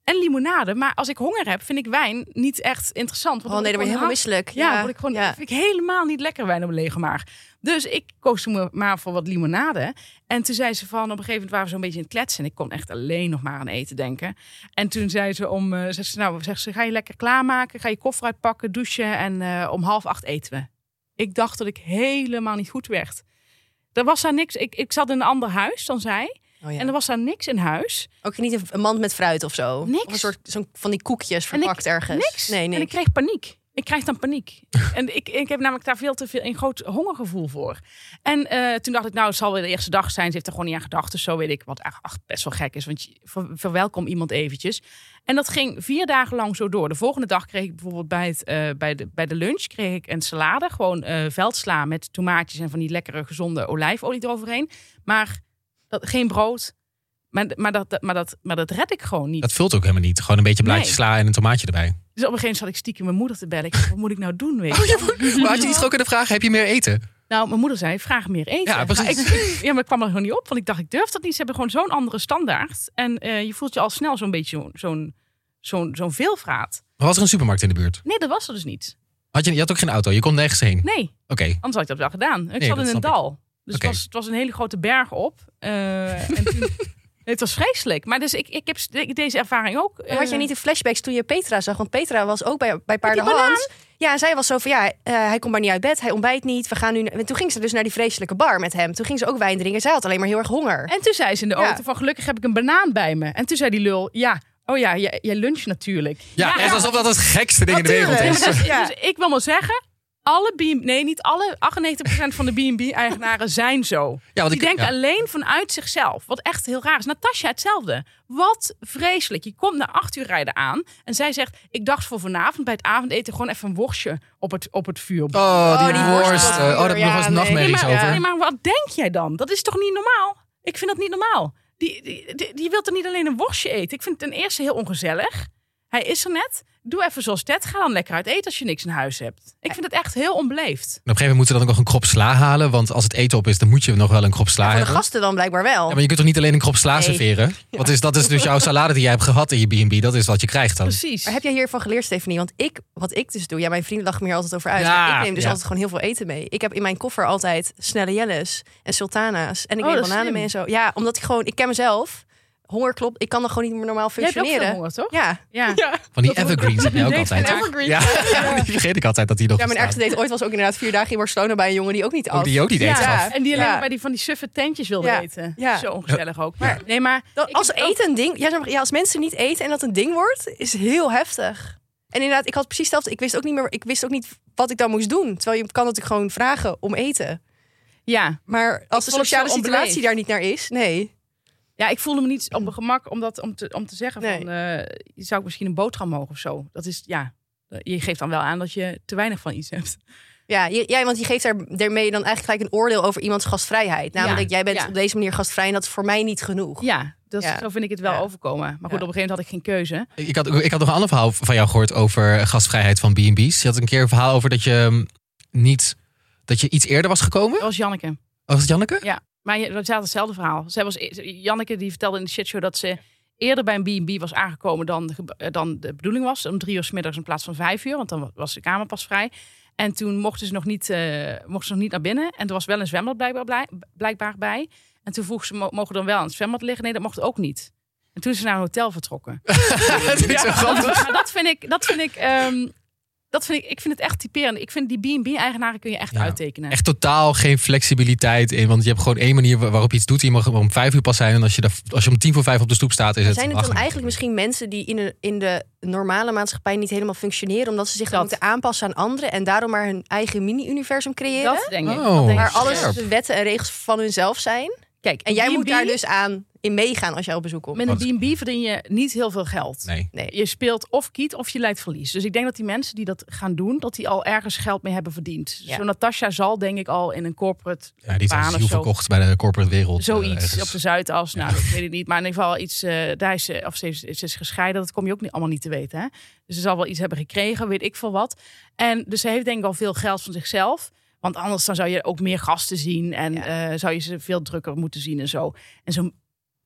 en limonade. Maar als ik honger heb, vind ik wijn niet echt interessant. Want Oh nee, dan ben je helemaal misselijk. Ja, Ja, word ik gewoon, ja. vind ik helemaal niet lekker wijn op een lege maag. Dus ik koos toen maar voor wat limonade. En toen zei ze van, op een gegeven moment waren we zo'n beetje in het kletsen. En ik kon echt alleen nog maar aan eten denken. En toen zei ze om, uh, zei ze, nou, zegt ze, ga je lekker klaarmaken, ga je koffer uitpakken, douchen en uh, om half acht eten we. Ik dacht dat ik helemaal niet goed werd. Er was daar niks. Ik, ik zat in een ander huis dan zij. Oh, ja. En er was daar niks in huis. Ook niet een, een mand met fruit of zo? Niks. Of een soort zo'n van die koekjes verpakt ik, ergens? Niks. Nee, niks. En ik kreeg paniek. Ik krijg dan paniek. en ik, ik heb namelijk daar veel te veel een groot hongergevoel voor. En uh, toen dacht ik, nou, het zal weer de eerste dag zijn. Ze heeft er gewoon niet aan gedacht. Dus zo weet ik, wat echt best wel gek is. Want je ver, verwelkom iemand eventjes. En dat ging vier dagen lang zo door. De volgende dag kreeg ik bijvoorbeeld bij, het, uh, bij, de, bij de lunch kreeg ik een salade. Gewoon uh, veldsla met tomaatjes en van die lekkere gezonde olijfolie eroverheen. Maar dat, geen brood. Maar, maar, dat, maar, dat, maar dat red ik gewoon niet. Dat vult ook helemaal niet. Gewoon een beetje blaadje Nee. sla en een tomaatje erbij. Dus op een gegeven moment zat ik stiekem mijn moeder te bellen. Ik dacht, wat moet ik nou doen? Weet je? Oh, ja, maar had je iets gewoon kunnen vragen? Heb je meer eten? Nou, mijn moeder zei, vraag meer eten. Ja, precies. Maar ik, ja, maar ik kwam er gewoon niet op. Want ik dacht, ik durf dat niet. Ze hebben gewoon zo'n andere standaard. En uh, je voelt je al snel zo'n beetje zo'n, zo'n, zo'n veelvraat. Maar was er een supermarkt in de buurt? Nee, dat was er dus niet. Had je, je had ook geen auto? Je kon nergens heen? Nee, Oké. Okay. anders had ik dat wel gedaan. Ik Nee, zat dat in een snap ik. dal. Dus Oké. het, was, het was een hele grote berg op. Uh, en toen, het was vreselijk. Maar dus ik, ik heb deze ervaring ook. Uh, had je niet de flashbacks toen je Petra zag? Want Petra was ook bij, bij banaan? Paardenhans. Ja, en zij was zo van, ja, uh, hij komt maar niet uit bed. Hij ontbijt niet. We gaan nu. En toen ging ze dus naar die vreselijke bar met hem. Toen ging ze ook wijn drinken. Zij had alleen maar heel erg honger. En toen zei ze in de auto Ja. van, gelukkig heb ik een banaan bij me. En toen zei die lul, ja, oh ja, jij, jij luncht natuurlijk. Ja, ja, en alsof dat het gekste ding in de wereld Natuurlijk. is. Dus, Ja. dus ik wil maar zeggen, alle B en B, nee, niet alle, achtennegentig procent van de B en B-eigenaren zijn zo. Ja, want Die ik, denken ja. alleen vanuit zichzelf. Wat echt heel raar is. Natasja hetzelfde. Wat vreselijk. Je komt na acht uur rijden aan. En zij zegt, ik dacht voor vanavond bij het avondeten gewoon even een worstje op het, op het vuur. Oh, die Oh, die worst. worst. Uh, oh, daar heb ik nog wel eens Ja, nee. nachtmerries nee, maar, over. nee, maar wat denk jij dan? Dat is toch niet normaal? Ik vind dat niet normaal. Die, die, die, die wil toch niet alleen een worstje eten? Ik vind het ten eerste heel ongezellig. Hij is er net. Doe even zoals Ted. Ga dan lekker uit eten als je niks in huis hebt. Ik vind het echt heel onbeleefd. En op een gegeven moment moeten we dan ook nog een krop sla halen. Want als het eten op is, dan moet je nog wel een krop sla Ja, voor de hebben. gasten dan blijkbaar wel. Ja, maar je kunt toch niet alleen een krop sla Nee. serveren? Wat is, dat is dus jouw salade die jij hebt gehad in je B en B. Dat is wat je krijgt dan. Precies. Maar heb jij hiervan geleerd, Stephanie? Want ik, wat ik dus doe, ja, mijn vrienden lachen me hier altijd over uit. Ja, maar ik neem dus ja. altijd gewoon heel veel eten mee. Ik heb in mijn koffer altijd snelle jelles en sultana's. En ik Oh, neem dat is bananen slim. mee en zo. Ja, omdat ik gewoon, ik ken mezelf. Honger klopt, ik kan dan gewoon niet meer normaal Jij hebt ook functioneren. veel honger, toch? Ja. Ja. Van die evergreens heb jij ook Date altijd. van Evergreen. Ja, die vergeet ik altijd dat die nog Ja, mijn bestaan. ergste date ooit was ook inderdaad vier dagen in Barcelona bij een jongen die ook niet at. Ook die ook niet eten Ja. gaf. En die alleen Ja. maar bij die van die suffe tentjes wilde Ja. eten. Ja. Zo ongezellig ook. Maar, nee, maar Dat, ik als heb ook- eten een ding, ja, zeg maar, ja, als mensen niet eten en dat een ding wordt, is heel heftig. En inderdaad, ik had precies hetzelfde. Ik wist ook niet meer, ik wist ook niet wat ik dan moest doen. Terwijl je kan natuurlijk gewoon vragen om eten. Ja. Maar als de vond het sociale zo situatie onbeleefd. daar niet naar is, nee. Ja, ik voelde me niet op mijn gemak om, dat, om, te, om te zeggen Nee. van... eh, je zou ik misschien een boterham mogen of zo. Dat is, ja... Je geeft dan wel aan dat je te weinig van iets hebt. Ja, je, ja, want je geeft daar, daarmee dan eigenlijk gelijk een oordeel over iemands gastvrijheid. Namelijk, Ja, jij bent ja. op deze manier gastvrij en dat is voor mij niet genoeg. Ja, dat, Ja. zo vind ik het wel Ja. overkomen. Maar goed, Ja. op een gegeven moment had ik geen keuze. Ik had, ik had nog een ander verhaal van jou gehoord over gastvrijheid van B en B's. Je had een keer een verhaal over dat je um, niet dat je iets eerder was gekomen. Dat was Janneke. Oh, was het Janneke? Ja, maar je- dat is hetzelfde verhaal. Zij was, Janneke die vertelde in de shitshow dat ze eerder bij een B en B was aangekomen dan de, ge- dan de bedoeling was. Om drie uur 's middags in plaats van vijf uur. Want dan was de kamer pas vrij. En toen mochten ze nog niet, uh, mochten ze nog niet naar binnen. En er was wel een zwembad blijkbaar, blij- blijkbaar bij. En toen vroeg ze, mo- mogen we dan wel aan het zwembad liggen? Nee, dat mocht ook niet. En toen is ze naar een hotel vertrokken. Dat is zo grappig. Maar dat vind ik, dat vind ik, um, dat vind ik, ik vind het echt typerend. Ik vind die B en B-eigenaren kun je echt Ja. uittekenen. Echt totaal geen flexibiliteit in. Want je hebt gewoon één manier waarop je iets doet. Je mag om vijf uur pas zijn. En als je, daar, als je om tien voor vijf op de stoep staat, is het... Zijn het ach, dan eigenlijk misschien mensen die in de, in de normale maatschappij niet helemaal functioneren, omdat ze zich dan Dat. moeten aanpassen aan anderen en daarom maar hun eigen mini-universum creëren? Dat denk ik. Oh. Dat denk waar ik. alles Scherp. de wetten en regels van hunzelf zijn. Kijk, En jij B en moet B, daar dus aan in meegaan als jij op bezoek komt. met een B en B verdien je niet heel veel geld. Nee. Nee. Je speelt of kiet of je leidt verlies. Dus ik denk dat die mensen die dat gaan doen, dat die al ergens geld mee hebben verdiend. Ja. Zo Natasja zal denk ik al in een corporate Ja, die zijn baan of ziel zo. verkocht bij de corporate wereld. eh, Zoiets ergens. op de Zuidas. Nou, dat weet ik niet. Maar in ieder geval iets. Uh, daar is ze, of ze is, ze is gescheiden. Dat kom je ook niet, allemaal niet te weten. Hè? Dus ze zal wel iets hebben gekregen, weet ik veel wat. En dus ze heeft denk ik al veel geld van zichzelf. Want anders dan zou je ook meer gasten zien. En Ja. uh, zou je ze veel drukker moeten zien en zo. En zo'n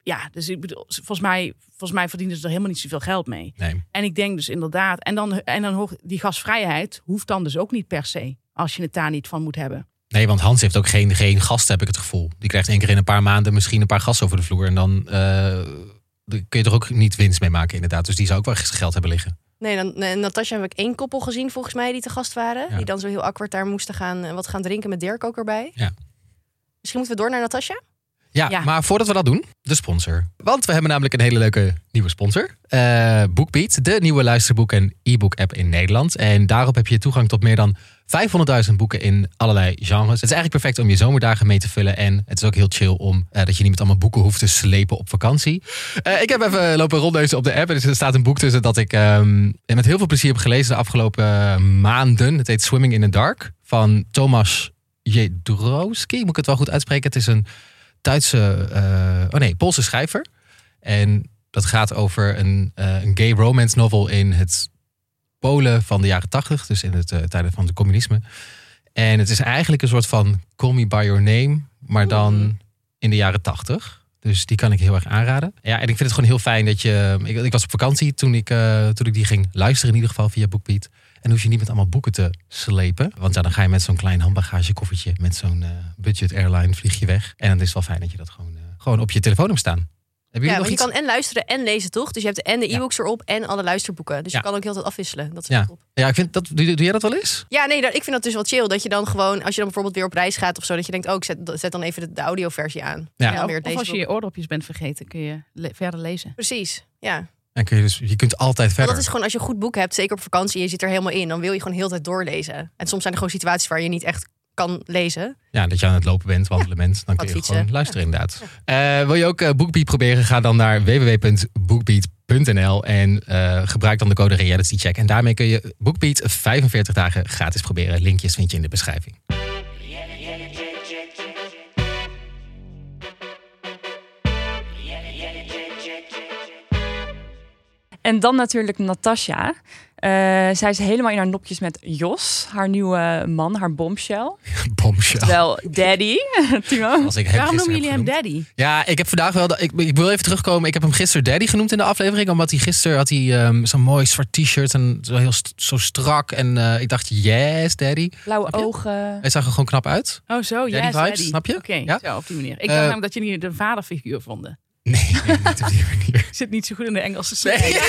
ja, dus ik bedoel, volgens mij, volgens mij verdienen ze er helemaal niet zoveel geld mee. Nee. En ik denk dus inderdaad, en dan, en dan hoort die gastvrijheid hoeft dan dus ook niet per se, als je het daar niet van moet hebben. Nee, want Hans heeft ook geen, geen gasten, heb ik het gevoel. Die krijgt één keer in een paar maanden misschien een paar gasten over de vloer. En dan uh, kun je er ook niet winst mee maken, inderdaad. Dus die zou ook wel geld hebben liggen. Nee, dan, nee, Natasja heb ik één koppel gezien volgens mij die te gast waren. Ja. Die dan zo heel awkward daar moesten gaan en wat gaan drinken met Dirk ook erbij. Ja. Misschien moeten we door naar Natasja? Ja, Ja. maar voordat we dat doen, de sponsor. Want we hebben namelijk een hele leuke nieuwe sponsor. Uh, BookBeat, de nieuwe luisterboek- en e-book app in Nederland. En daarop heb je toegang tot meer dan vijfhonderdduizend boeken in allerlei genres. Het is eigenlijk perfect om je zomerdagen mee te vullen. En het is ook heel chill om uh, dat je niet met allemaal boeken hoeft te slepen op vakantie. Uh, ik heb even lopen rondneuzen op de app. En er staat een boek tussen dat ik um, met heel veel plezier heb gelezen de afgelopen maanden. Het heet Swimming in the Dark van Tomasz Jedrowski. Moet ik het wel goed uitspreken? Het is een Duitse, uh, oh nee, Poolse schrijver. En dat gaat over een, uh, een gay romance novel in het Polen van de jaren tachtig. Dus in het uh, tijden van het communisme. En het is eigenlijk een soort van Call Me By Your Name. Maar dan in de jaren tachtig. Dus die kan ik heel erg aanraden. Ja, en ik vind het gewoon heel fijn dat je... Ik, ik was op vakantie toen ik, uh, toen ik die ging luisteren. In ieder geval via BookBeat. En dan hoef je niet met allemaal boeken te slepen. Want ja, dan ga je met zo'n klein handbagagekoffertje, met zo'n uh, budget airline vlieg je weg. En dan is het wel fijn dat je dat gewoon, uh, gewoon op je telefoon hebt staan. Hebben Ja, jullie want nog je iets? kan en luisteren en lezen, toch? Dus je hebt en de Ja. e-books erop en alle luisterboeken. Dus Ja. je kan ook heel tijd afwisselen. Dat is Ja. wel top. Ja, ik vind dat, doe, doe jij dat wel eens? Ja, nee, dat, ik vind dat dus wel chill. Dat je dan gewoon, als je dan bijvoorbeeld weer op reis gaat of zo, dat je denkt, oh, ik zet, zet dan even de, de audioversie aan. Ja. En dan weer het Of als je leesboek. je oordopjes bent vergeten, kun je le- verder lezen. Precies, ja. En kun je, dus, je kunt altijd Want verder. dat is gewoon, als je een goed boek hebt, zeker op vakantie, en je zit er helemaal in, dan wil je gewoon heel de tijd doorlezen. En soms zijn er gewoon situaties waar je niet echt kan lezen. Ja, dat je aan het lopen bent, wandelen bent. Dan kun je fietsen. gewoon luisteren inderdaad. Uh, wil je ook uh, BookBeat proberen? Ga dan naar w w w punt bookbeat punt n l en uh, gebruik dan de code realitycheck. En daarmee kun je BookBeat vijfenveertig dagen gratis proberen. Linkjes vind je in de beschrijving. En dan natuurlijk Natasja. Uh, zij is helemaal in haar nopjes met Jos, haar nieuwe man, haar bombshell. Bombshell. Wel daddy, Timo. Als ik hem Waarom noemen gisteren jullie hem heb daddy? genoemd. Ja, ik heb vandaag wel... Ik, ik wil even terugkomen. Ik heb hem gisteren daddy genoemd in de aflevering. Omdat hij gisteren had hij um, zo'n mooi zwart t-shirt. En zo heel st- zo strak. En uh, ik dacht, yes, daddy. Blauwe Snap je? ogen. Hij zag er gewoon knap uit. Oh zo, Daddy yes, vibes, daddy. snap je? Oké, Ja? zo op die manier. Ik Uh, dacht namelijk dat jullie de vaderfiguur vonden. Nee, nee, niet op die manier. Ik zit niet zo goed in de Engelse serie. Nee.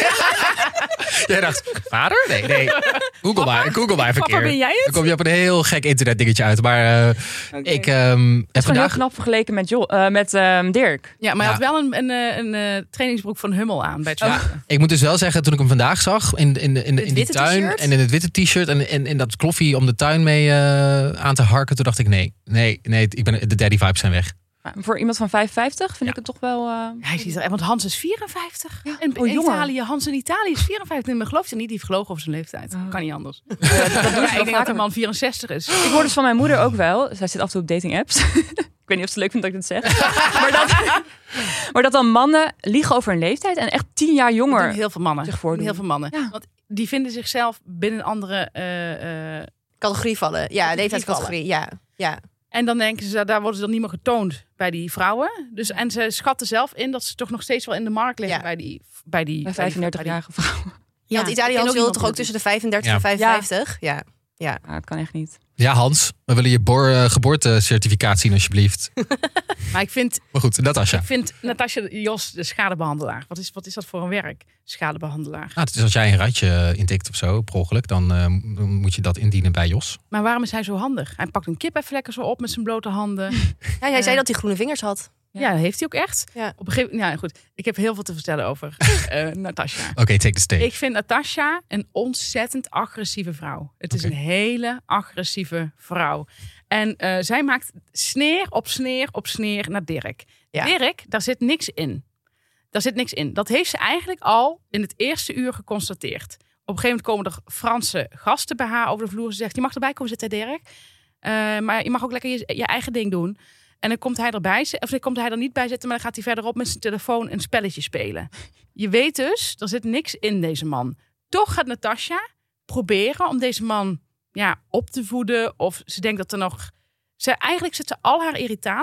Jij dacht, vader? Nee, nee. Google maar, Google maar even een Papa, keer. ben jij het? Dan kom je op een heel gek internetdingetje uit. Maar uh, Okay. ik um, Het heb is gewoon heel vandaag... knap vergeleken met, jo- uh, met um, Dirk. Ja, maar hij Ja. had wel een, een, eh, een, een trainingsbroek van Hummel aan bij het Ja, zwemmen. ik moet dus wel zeggen, toen ik hem vandaag zag in, in, in, in, Het die witte tuin t-shirt? en in het witte t-shirt en in, in dat kloffie om de tuin mee uh, aan te harken, toen dacht ik nee, nee, nee, ik ben, de daddy vibes zijn weg. Maar voor iemand van vijfenvijftig vind Ja. ik het toch wel... Uh... Ja, hij ziet er, want Hans is vierenvijftig. Ja. En Oh, in jonger. Italië, Hans in Italië is vierenvijftig. Maar geloof je niet, die heeft gelogen over zijn leeftijd. Oh. Kan niet anders. Uh, dat doen ze Ja, wel ik denk dat vaker. de man vierenzestig is. Ik hoor dus van mijn moeder ook wel. Zij zit af en toe op dating apps. Ik weet niet of ze het leuk vindt dat ik dit zeg. maar, dat, maar dat dan mannen liegen over hun leeftijd en echt tien jaar Dat jonger. doen heel veel mannen. zich Dat doen voordoen. heel veel mannen. Ja. Want die vinden zichzelf binnen een andere... eh, eh, Categorie vallen. Ja, leeftijdscategorie. Ja, ja. en dan denken ze, daar worden ze dan niet meer getoond bij die vrouwen. Dus, en ze schatten zelf in dat ze toch nog steeds wel in de markt liggen Ja. bij die... Bij die Bij bij die- bij die- vijfendertigjarige vrouwen. Ja, want ik Italiaans ken ook wilde iemand toch ook die tussen de vijfendertig Ja. en vijfenvijftig? Ja. Ja. Ja, het kan echt niet. Ja, Hans, we willen je boor, uh, geboortecertificaat zien alsjeblieft. Maar ik vind, Maar goed, Natasja. ik vind Natasja Jos de schadebehandelaar. Wat is, wat is dat voor een werk? Schadebehandelaar. Nou, het is als jij een ratje intikt of zo, per ongeluk, dan, uh, dan moet je dat indienen bij Jos. Maar waarom is hij zo handig? Hij pakt een kip even lekker zo op met zijn blote handen. Ja, jij zei dat hij groene vingers had. Ja. Ja, dat heeft hij ook echt. Ja. Op een gegeven moment, ja, goed. Ik heb heel veel te vertellen over uh, Natasja. Oké, okay, take the stage. Ik vind Natasja een ontzettend agressieve vrouw. Het is Oké. een hele agressieve vrouw. En uh, zij maakt sneer op sneer op sneer naar Dirk. Ja. Dirk, daar zit niks in. Daar zit niks in. Dat heeft ze eigenlijk al in het eerste uur geconstateerd. Op een gegeven moment komen er Franse gasten bij haar over de vloer. Ze zegt, je mag erbij komen zitten, Dirk. Uh, maar je mag ook lekker je, je eigen ding doen. En dan komt hij erbij, of dan komt hij er niet bij zitten, maar dan gaat hij verderop met zijn telefoon een spelletje spelen. Je weet dus, er zit niks in deze man. Toch gaat Natasja proberen om deze man ja, op te voeden. Of ze denkt dat er nog... Ze, eigenlijk zet ze al haar irritatie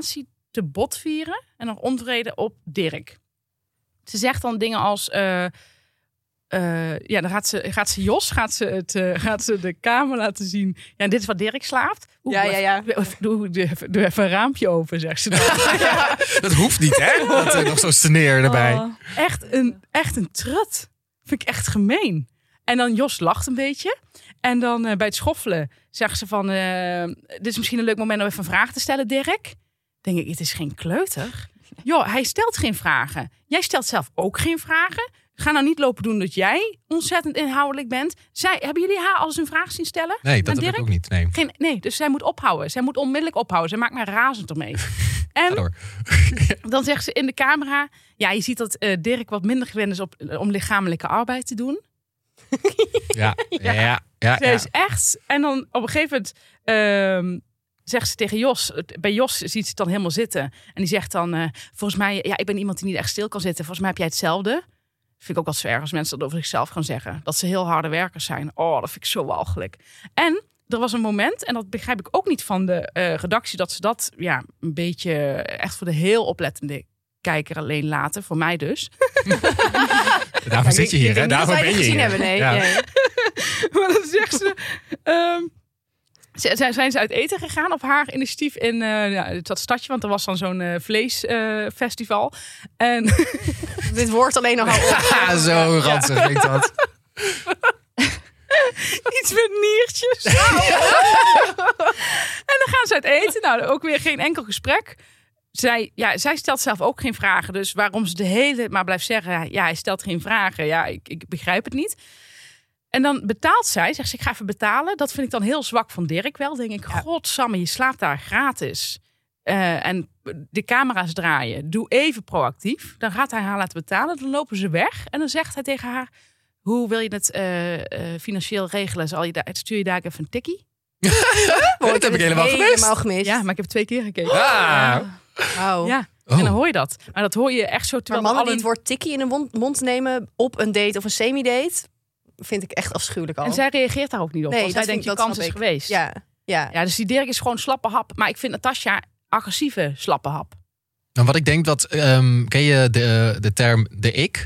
te botvieren en nog ontevreden op Dirk. Ze zegt dan dingen als... Uh, uh, ja, dan gaat ze, gaat ze Jos, gaat ze, het, uh, gaat ze de kamer laten zien. Ja, dit is wat Dirk slaapt. Oeh, ja, ja, ja. Doe, doe, doe even een raampje open, zegt ze dan. Ja. Dat hoeft niet, hè? Dat, uh, nog zo'n sneer erbij. Oh. Echt een, echt een trut. Vind ik echt gemeen. En dan Jos lacht een beetje. En dan uh, bij het schoffelen zegt ze van... Uh, dit is misschien een leuk moment om even een vraag te stellen, Dirk. Denk ik, het is geen kleuter. Joh, hij stelt geen vragen. Jij stelt zelf ook geen vragen. Ga nou niet lopen doen dat jij ontzettend inhoudelijk bent. Zij, hebben jullie haar alles een vraag zien stellen? Nee, dat heb ik ook niet. Nee. Geen, nee, dus zij moet ophouden. Zij moet onmiddellijk ophouden. Zij maakt mij razend ermee. En dan zegt ze in de camera... Ja, je ziet dat uh, Dirk wat minder gewend is op, om lichamelijke arbeid te doen. Ja, ja, ja. ja, Ze ja. is echt... En dan op een gegeven moment... Uh, zegt ze tegen Jos, bij Jos ziet ze het dan helemaal zitten. En die zegt dan, uh, volgens mij, ja, ik ben iemand die niet echt stil kan zitten. Volgens mij heb jij hetzelfde. Vind ik ook wel zo erg als mensen dat over zichzelf gaan zeggen. Dat ze heel harde werkers zijn. Oh, dat vind ik zo walgelijk. En er was een moment, en dat begrijp ik ook niet van de uh, redactie, dat ze dat ja, een beetje echt voor de heel oplettende kijker alleen laten. Voor mij dus. Daarvoor ja, zit je hier, hè? Daarvoor ben je gezien hier. Hebben, nee. Ja. nee. Maar dan zegt ze... Um, zijn ze uit eten gegaan op haar initiatief in uh, ja, dat stadje, want er was dan zo'n uh, vleesfestival. Uh, en dit woord alleen nog al op. Ja, zo ranzig ja. Klinkt dat. Iets met niertjes. En dan gaan ze uit eten. Nou, ook weer geen enkel gesprek. Zij, ja, zij stelt zelf ook geen vragen. Dus waarom ze de hele maar blijft zeggen, ja, hij stelt geen vragen. Ja, ik, ik begrijp het niet. En dan betaalt zij, zegt ze, ik ga even betalen. Dat vind ik dan heel zwak van Dirk wel. Dan denk ik, ja. Godsamme, je slaapt daar gratis. Uh, en de camera's draaien. Doe even proactief. Dan gaat hij haar laten betalen. Dan lopen ze weg. En dan zegt hij tegen haar, hoe wil je het uh, uh, financieel regelen? Zal je daar, stuur je daar even een tikkie? Dat heb ik helemaal gemist. helemaal gemist. Ja, maar ik heb twee keer gekeken. Ah. Wow. Ja. Oh. En dan hoor je dat. Maar dat hoor je echt zo. Maar mannen die het woord tikkie in de mond, mond nemen op een date of een semi-date... vind ik echt afschuwelijk al. En zij reageert daar ook niet op. Nee, want zij denkt, je kans is ik. geweest. Ja, ja. ja, dus die Dirk is gewoon slappe hap. Maar ik vind Natasja agressieve slappe hap. Nou, wat ik denk dat... Um, ken je de, de term de ik?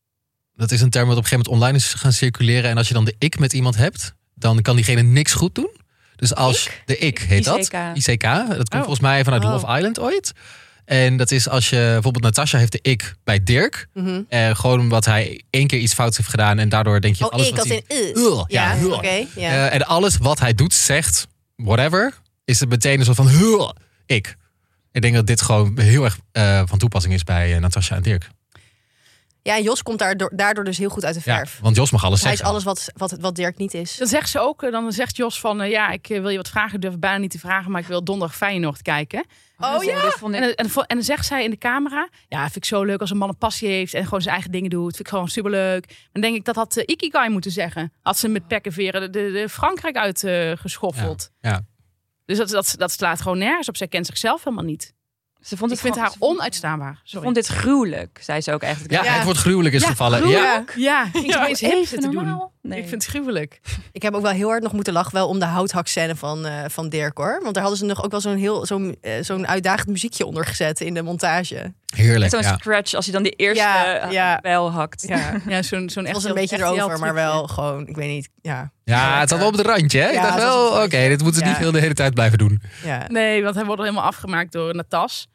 Dat is een term wat op een gegeven moment online is gaan circuleren. En als je dan de ik met iemand hebt, dan kan diegene niks goed doen. Dus als ik? de ik heet I C K. dat. I C K. Dat komt Oh. volgens mij vanuit Oh. Love Island ooit. En dat is als je bijvoorbeeld Natasja heeft de ik bij Dirk. Mm-hmm. Uh, gewoon omdat hij één keer iets fouts heeft gedaan. En daardoor denk je Oh, alles ik wat als hij... in... Uh. Uh, ja, Ja, uh. oké. Okay, ja. Uh, en alles wat hij doet, zegt, whatever, is het meteen een soort van uh, ik. Ik denk dat dit gewoon heel erg uh, van toepassing is bij uh, Natasja en Dirk. Ja, en Jos komt daardoor, daardoor dus heel goed uit de verf. Ja, want Jos mag alles Hij is zeggen. alles wat, wat, wat Dirk niet is. Dan zegt ze ook, dan zegt Jos van, uh, ja, ik wil je wat vragen. Ik durf bijna niet te vragen, maar ik wil donderdag Feyenoord kijken. Oh ja? Dit vond ik... En, en, en dan zegt zij in de camera, ja, vind ik zo leuk als een man een passie heeft en gewoon zijn eigen dingen doet. Vind ik gewoon superleuk. Dan denk ik, dat had uh, Ikigai moeten zeggen. Had ze met pek en veren de, de, de Frankrijk uitgeschoffeld. Ja, ja. Dus dat, dat, dat slaat gewoon nergens op. Zij kent zichzelf helemaal niet. Ze vond Ik het vind gewoon- haar ze vond- onuitstaanbaar. Ze Sorry. vond dit gruwelijk, zei ze ook eigenlijk. Ja, Ja. het woord gruwelijk is Ja, gevallen. gruwelijk. Ja. Ja, ging ze opeens hip Even zitten doen. normaal. Nee. Ik vind het gruwelijk. Ik heb ook wel heel hard nog moeten lachen wel om de houthakscène van, uh, van Dirk, hoor. Want daar hadden ze nog ook wel zo'n heel zo'n uh, zo'n uitdagend muziekje onder gezet in de montage. Heerlijk, Zo'n ja. scratch als je dan die eerste Ja, eh, ja. bijl hakt. Ja, Ja, zo'n zo'n het echt was een heel- beetje echt heel erover, maar trucje. wel gewoon, ik weet niet, ja. Ja, het zat wel op het randje. Hè? Ik Ja, dacht het was wel, op oké, het randje. dit moeten ze niet Ja. heel de hele tijd blijven doen. ja. Nee, want hij wordt helemaal afgemaakt door Natas.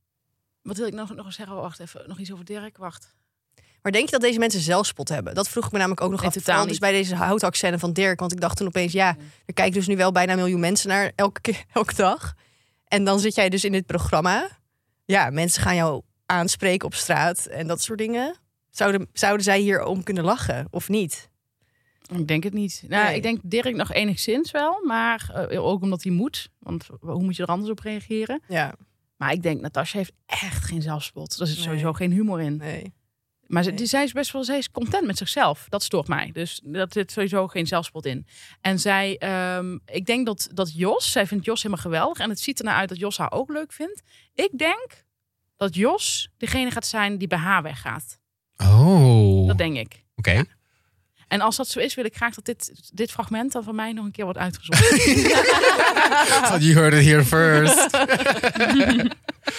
Wat wil ik nog, nog eens zeggen? Wacht even, nog iets over Dirk. Wacht. Maar denk je dat deze mensen zelfspot hebben? Dat vroeg ik me namelijk ook nog Nee, af. totaal Vooral dus niet. bij deze houthakscène van Dirk. Want ik dacht toen opeens, ja, er kijken dus nu wel bijna een miljoen mensen naar elke, keer, elke dag. En dan zit jij dus in dit programma. Ja, mensen gaan jou aanspreken op straat en dat soort dingen. Zouden, zouden zij hier om kunnen lachen of niet? Ik denk het niet. Nou, Nee. ik denk Dirk nog enigszins wel. Maar uh, ook omdat hij moet. Want hoe moet je er anders op reageren? Ja, Maar ik denk, Natasja heeft echt geen zelfspot. Er zit Nee. sowieso geen humor in. nee. Maar ze, Nee. die, zij is best wel, zij is content met zichzelf. Dat stoort mij. Dus dat zit sowieso geen zelfspot in. En zij, um, ik denk dat, dat Jos, zij vindt Jos helemaal geweldig. En het ziet er nou uit dat Jos haar ook leuk vindt. Ik denk dat Jos degene gaat zijn die bij haar weggaat. Oh, Dat denk ik. oké. En als dat zo is, wil ik graag dat dit, dit fragment dan van mij nog een keer wordt uitgezocht. You heard it here first.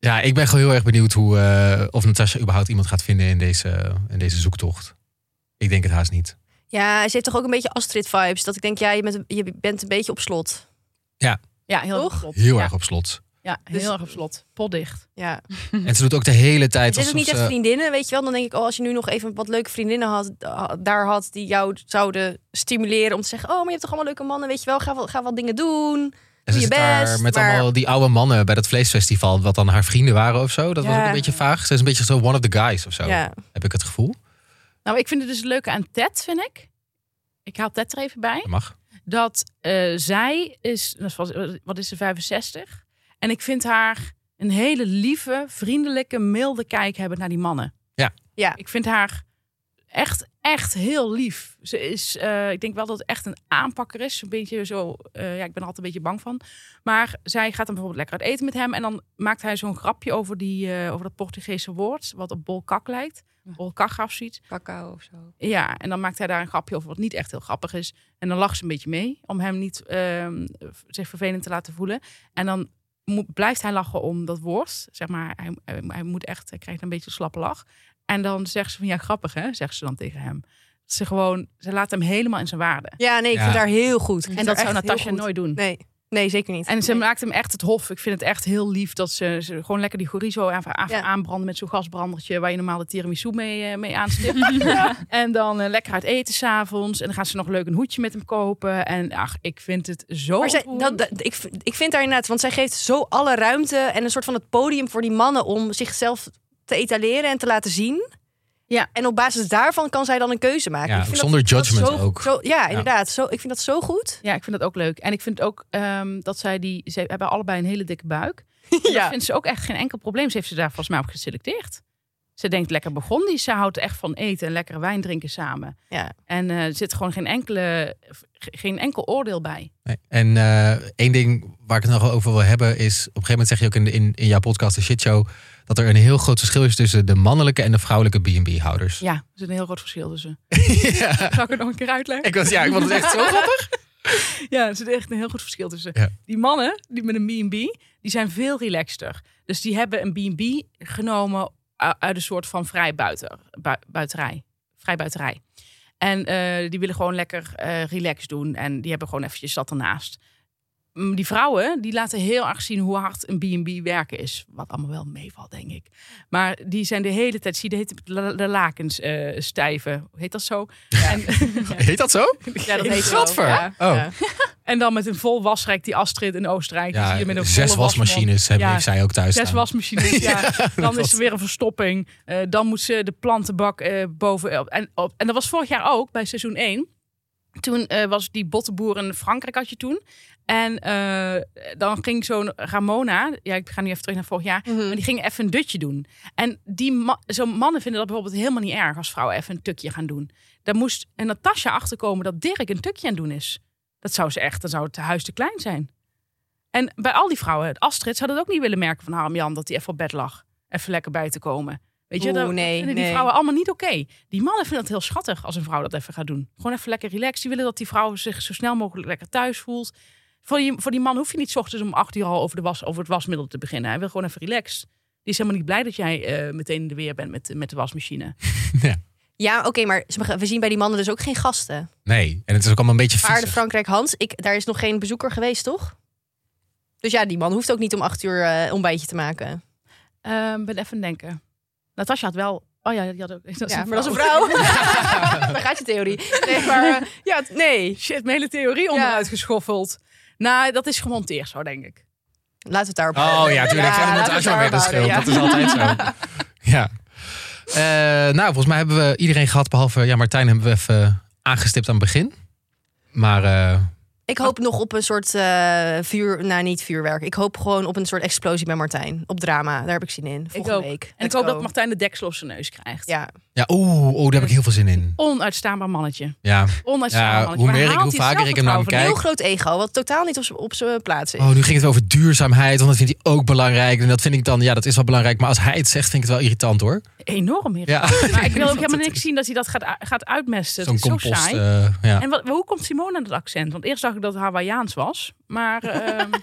Ja, ik ben gewoon heel erg benieuwd hoe uh, of Natasha überhaupt iemand gaat vinden in deze, in deze zoektocht. Ik denk het haast niet. Ja, ze heeft toch ook een beetje Astrid-vibes. Dat ik denk, ja, je bent, je bent een beetje op slot. Ja, ja heel toch? erg op slot. Heel ja. erg op slot. Ja, heel Dus- erg op slot. Potdicht. Ja. En ze doet ook de hele tijd... Het is ook alsof niet echt ze- vriendinnen, weet je wel. Dan denk ik, oh, als je nu nog even wat leuke vriendinnen had, daar had die jou zouden stimuleren om te zeggen, oh, maar je hebt toch allemaal leuke mannen, weet je wel. Ga wat, ga wat dingen doen. En Doe ze je zit daar best. met maar... allemaal die oude mannen bij dat vleesfestival, wat dan haar vrienden waren of zo. Dat was Ja. ook een beetje vaag. Ze is een beetje zo one of the guys of zo, Ja. heb ik het gevoel. Nou, ik vind het dus het leuke aan Ted, vind ik. Ik haal Ted er even bij. Dat mag. Dat uh, zij is, wat is ze, vijfenzestig? En ik vind haar een hele lieve, vriendelijke, milde kijk hebben naar die mannen. Ja. Ja. Ik vind haar echt, echt heel lief. Ze is, uh, ik denk wel dat het echt een aanpakker is. Een beetje zo, uh, ja, ik ben er altijd een beetje bang van. Maar zij gaat dan bijvoorbeeld lekker uit eten met hem. En dan maakt hij zo'n grapje over, die, uh, over dat Portugese woord, wat op bolkak lijkt. Bolkak of zoiets. Cacao of zo. Ja, en dan maakt hij daar een grapje over wat niet echt heel grappig is. En dan lacht ze een beetje mee om hem niet uh, zich vervelend te laten voelen. En dan moet, blijft hij lachen om dat woord. Zeg maar, hij, hij, hij moet echt, hij krijgt een beetje een slappe lach. En dan zegt ze van, ja, grappig hè, zegt ze dan tegen hem. Ze gewoon, ze laat hem helemaal in zijn waarde. Ja, nee, ik Ja. vind haar heel goed. En dat zou Natasha nooit doen. Nee, nee, zeker niet. En ze nee. maakt hem echt het hof. Ik vind het echt heel lief dat ze, ze gewoon lekker die chorizo even, even Ja. aanbranden met zo'n gasbrandertje waar je normaal de tiramisu mee, uh, mee aanstipt. Ja. En dan uh, lekker uit eten s'avonds. En dan gaan ze nog leuk een hoedje met hem kopen. En ach, ik vind het zo Maar zij, ontroerend. dat, dat, ik, ik vind haar inderdaad, want zij geeft zo alle ruimte en een soort van het podium voor die mannen om zichzelf te etaleren en te laten zien. Ja. En op basis daarvan kan zij dan een keuze maken. Ja, ik vind zonder dat, dat judgment zo, ook. Zo, ja, inderdaad. Zo, ik vind dat zo goed. Ja, ik vind dat ook leuk. En ik vind ook um, dat zij die... Ze hebben allebei een hele dikke buik. En dat vindt ze ook echt geen enkel probleem. Ze heeft ze daar volgens mij op geselecteerd. Ze denkt lekker begonnen. Ze houdt echt van eten en lekkere wijn drinken samen. Ja. En uh, er zit gewoon geen, enkele, geen enkel oordeel bij. Nee. En uh, één ding waar ik het nog over wil hebben is... op een gegeven moment zeg je ook in, in, in jouw podcast, de shitshow... dat er een heel groot verschil is tussen de mannelijke en de vrouwelijke B en B-houders. Ja, er zit een heel groot verschil tussen. Ja. Zal ik het nog een keer uitleggen? Ik was, ja, ik vond het echt zo grappig. Ja, er zit echt een heel goed verschil tussen. Ja. Die mannen die met een B en B, die zijn veel relaxter. Dus die hebben een B en B genomen uit een soort van vrijbuiter, bu- buiterij. Vrijbuiterij. En uh, die willen gewoon lekker uh, relax doen. En die hebben gewoon eventjes dat ernaast. Die vrouwen, die laten heel erg zien hoe hard een B en B werken is. Wat allemaal wel meevalt, denk ik. Maar die zijn de hele tijd, zie je de, hele, de lakens uh, stijven. Heet dat zo? Ja. En, Heet dat zo? ja, dat heet zo. Gadver. Ja. Oh. Ja. En dan met een vol wasrek, die Astrid in Oostenrijk. Ja, zie je met een zes volle wasmachines hebben ja, heeft zij ook thuis Zes staan. wasmachines, ja. Ja, Dan dat is er weer een verstopping. Uh, dan moet ze de plantenbak uh, bovenop. En, op. en dat was vorig jaar ook, bij seizoen één. Toen uh, was die bottenboer in Frankrijk had je toen. En uh, dan ging zo'n Ramona, ja, ik ga nu even terug naar vorig jaar, Mm-hmm. maar die ging even een dutje doen. En die ma- zo'n mannen vinden dat bijvoorbeeld helemaal niet erg als vrouwen even een tukje gaan doen. Daar moest en Natasha achterkomen dat Dirk een tukje aan het doen is. Dat zou ze echt, dan zou het huis te klein zijn. En bij al die vrouwen, Astrid zou dat ook niet willen merken van Harm-Jan, dat hij even op bed lag. Even lekker bij te komen. Weet je, Oeh, dat nee, vinden die nee. vrouwen allemaal niet oké. Okay. Die mannen vinden het heel schattig als een vrouw dat even gaat doen. Gewoon even lekker relaxed. Die willen dat die vrouw zich zo snel mogelijk lekker thuis voelt. Voor die, voor die man hoef je niet 's ochtends om acht uur al over, de was, over het wasmiddel te beginnen. Hij wil gewoon even relaxed. Die is helemaal niet blij dat jij uh, meteen in de weer bent met, met de wasmachine. Ja. Ja, oké, okay, maar we zien bij die mannen dus ook geen gasten. Nee, en het is ook allemaal een beetje Aarde vies. Frankrijk Hans, ik, daar is nog geen bezoeker geweest, toch? Dus ja, die man hoeft ook niet om acht uur uh, ontbijtje te maken. Uh, ben even denken. Natasha had wel... Oh ja, die had ook... Dat ja, een maar dat is een vrouw. Daar gaat je theorie. Nee, maar... Uh, ja, nee. Shit, mijn hele theorie onderuit geschoffeld. Nou, dat is gemonteerd zo, denk ik. Laten we het daarop Oh ja, tuurlijk. Ja, de montage wel weer de schuld. Ja. Dat is altijd zo. Ja. Uh, nou, volgens mij hebben we iedereen gehad, behalve ja, Martijn hebben we even aangestipt aan het begin. Maar... Uh, Ik hoop nog op een soort uh, vuur, nou niet vuurwerk. Ik hoop gewoon op een soort explosie bij Martijn. Op drama, daar heb ik zin in. Volgende ik week. En Let's ik hoop go. dat Martijn de deksel op zijn neus krijgt. Ja. Ja, oeh, oeh, daar heb ik heel veel zin in. Onuitstaanbaar mannetje. Ja. Onuitstaanbaar Ja, mannetje. hoe Maar meer ik, haalt hoe hij vaker ik hem naar hem zelfvertrouwen Een kijk. heel groot ego, wat totaal niet op z'n- op zijn plaats is. Oh, nu ging het over duurzaamheid, want dat vindt hij ook belangrijk. En dat vind ik dan, ja, dat is wel belangrijk. Maar als hij het zegt, vind ik het wel irritant hoor. van? Enorm irritant. Ja. Maar ik wil ook helemaal niks zien dat hij dat gaat, gaat uitmesten. Zo'n Het is compost. zo saai. Uh, ja. En wat, hoe komt Simone aan dat accent? Want eerst dacht ik dat het Hawaiiaans was. Maar... Uh,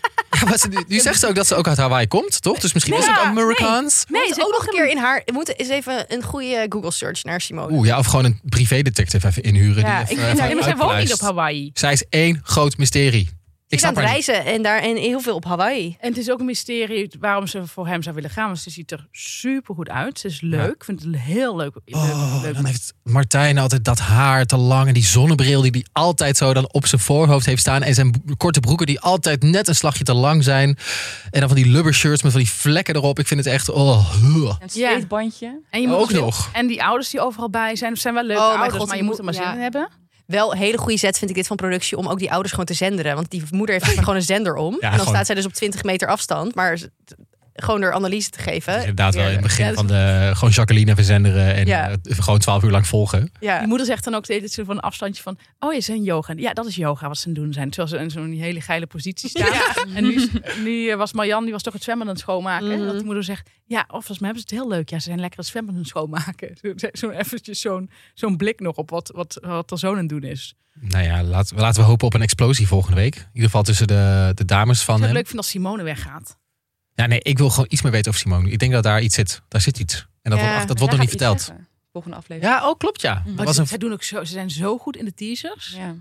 Ja, maar ze, nu zegt ze ook dat ze ook uit Hawaii komt, toch? Dus misschien Nee, is het ook ja, Amerikaans. Nee, ze ze ook nog mag een keer in haar... We moeten eens even een goede Google search naar Simone. Oeh, ja, of gewoon een privédetective even inhuren. Ja, die ik even, vind even nee, maar zij woont niet uitpluist. op Hawaii. Zij is één groot mysterie. Ze Ik is aan snap het haar niet. reizen en, daar, en heel veel op Hawaii. En het is ook een mysterie waarom ze voor hem zou willen gaan. Want ze ziet er super goed uit. Ze is leuk. Ik vind het heel leuk. Oh, leuk. dan heeft Martijn altijd dat haar te lang en die zonnebril die hij altijd zo dan op zijn voorhoofd heeft staan. En zijn b- korte broeken die altijd net een slagje te lang zijn. En dan van die lubber shirts met van die vlekken erop. Ik vind het echt... Oh, huh. Een zweetbandje. En, je moet Ook dus- nog. en die ouders die overal bij zijn, zijn wel leuke Oh, mijn ouders. god, maar je die moet er maar moet- zin ja. in hebben. Wel een hele goede zet vind ik dit van productie om ook die ouders gewoon te zenderen. Want die moeder heeft gewoon een zender om. en dan gewoon- staat zij dus op twintig meter afstand. Maar ze- t- gewoon er analyse te geven. Inderdaad wel in het begin Ja, dat van de... Gewoon Jacqueline verzenderen en Ja. eh, gewoon twaalf uur lang volgen. Ja. Die moeder zegt dan ook steeds zo van een afstandje van... Oh, je zijn yoga. Ja, dat is yoga wat ze aan het doen zijn. Terwijl ze in zo'n hele geile positie staan. En nu, nu eh, was Marjan, die was toch het zwembad aan het schoonmaken. Mhm. Dat die moeder zegt... Ja, of volgens mij hebben ze het heel leuk. Ja, ze zijn lekker het zwembad aan het schoonmaken. Zo, zo eventjes zo'n zo'n blik nog op wat, wat, wat er zo aan het doen is. Nou ja, laten, laten we hopen op een explosie volgende week. In ieder geval tussen de, de dames van Ik zou hem. het leuk vinden als Simone weggaat. Ja, nee, ik wil gewoon iets meer weten over Simone. Ik denk dat daar iets zit. Daar zit iets. En dat, Ja, wordt, dat Zij wordt nog niet gaat iets verteld. zeggen, Volgende aflevering. Ja, oh, klopt ja. Mhm. Dat was een... Zij doen ook zo, ze zijn zo goed in de teasers. Ja.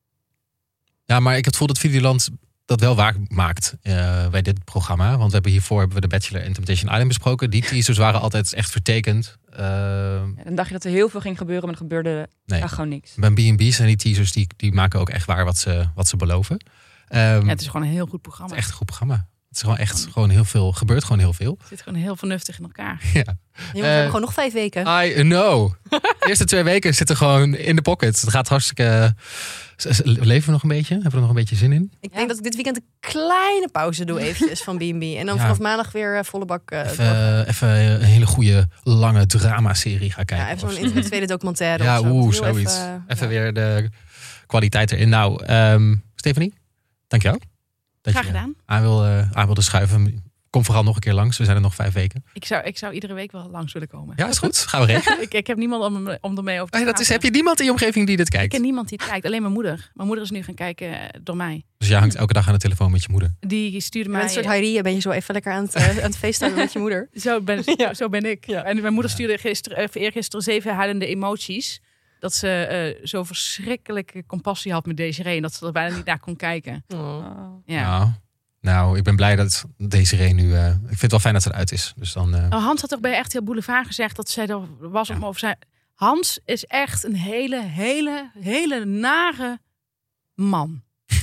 Ja, maar ik heb het gevoel dat Videoland dat wel waar maakt eh, bij dit programma. Want we hebben hiervoor hebben we de Bachelor en Temptation Island besproken. Die teasers waren altijd echt vertekend. Uh, Ja, dan dacht je dat er heel veel ging gebeuren, maar er gebeurde nee. ja, gewoon niks. Bij B en B zijn die teasers die, die maken ook echt waar wat ze, wat ze beloven. Um, Ja, het is gewoon een heel goed programma. Het is echt een goed programma. Het is gewoon echt gewoon heel veel, gebeurt gewoon heel veel. Het zit gewoon heel vernuftig in elkaar. Ja. Jongens, we Eh, hebben gewoon nog vijf weken. I know. De eerste twee weken zitten gewoon in de pocket. Het gaat hartstikke... Leven we nog een beetje? Hebben we er nog een beetje zin in? Ik Ja. denk dat ik dit weekend een kleine pauze doe eventjes van B en B. En dan Ja. vanaf maandag weer eh, volle bak. eh, Even, even een hele goede, lange drama-serie gaan kijken. ja, even of zo'n zo. intellectuele documentaire. Ja, of zo. oeh, Heel zoiets. Even, Even, ja. weer de kwaliteit erin. Nou, um, Stephanie, dankjewel. Dat Graag je gedaan. aan, wil, uh, aan wilde schuiven. Kom vooral nog een keer langs. We zijn er nog vijf weken. Ik zou, ik zou iedere week wel langs willen komen. Ja, is goed. Gaan we regelen. ik, ik heb niemand om, om ermee over te Oh ja, dat is, heb je niemand in je omgeving die dit Ik kijkt? ken niemand die het kijkt. Alleen mijn moeder. Mijn moeder is nu gaan kijken eh, door mij. Dus jij hangt elke dag aan de telefoon met je moeder. Die stuurde Met mij... een soort Heidi ben je zo even lekker aan het, uh, aan het feesten met je moeder. Zo ben, Ja. zo ben ik. Ja. En mijn moeder Ja. stuurde gisteren, uh, eergisteren zeven huilende emoties. Dat ze uh, zo verschrikkelijke compassie had met Desiree. En dat ze er bijna niet naar kon kijken. Oh. Oh. Ja. Nou, nou, ik ben blij dat Desiree nu... Uh, ik vind het wel fijn dat ze eruit is. Dus dan... Uh... Oh, Hans had toch bij R T L Boulevard gezegd dat zij er was om Ja. over zijn. Hans is echt een hele, hele, hele nare man.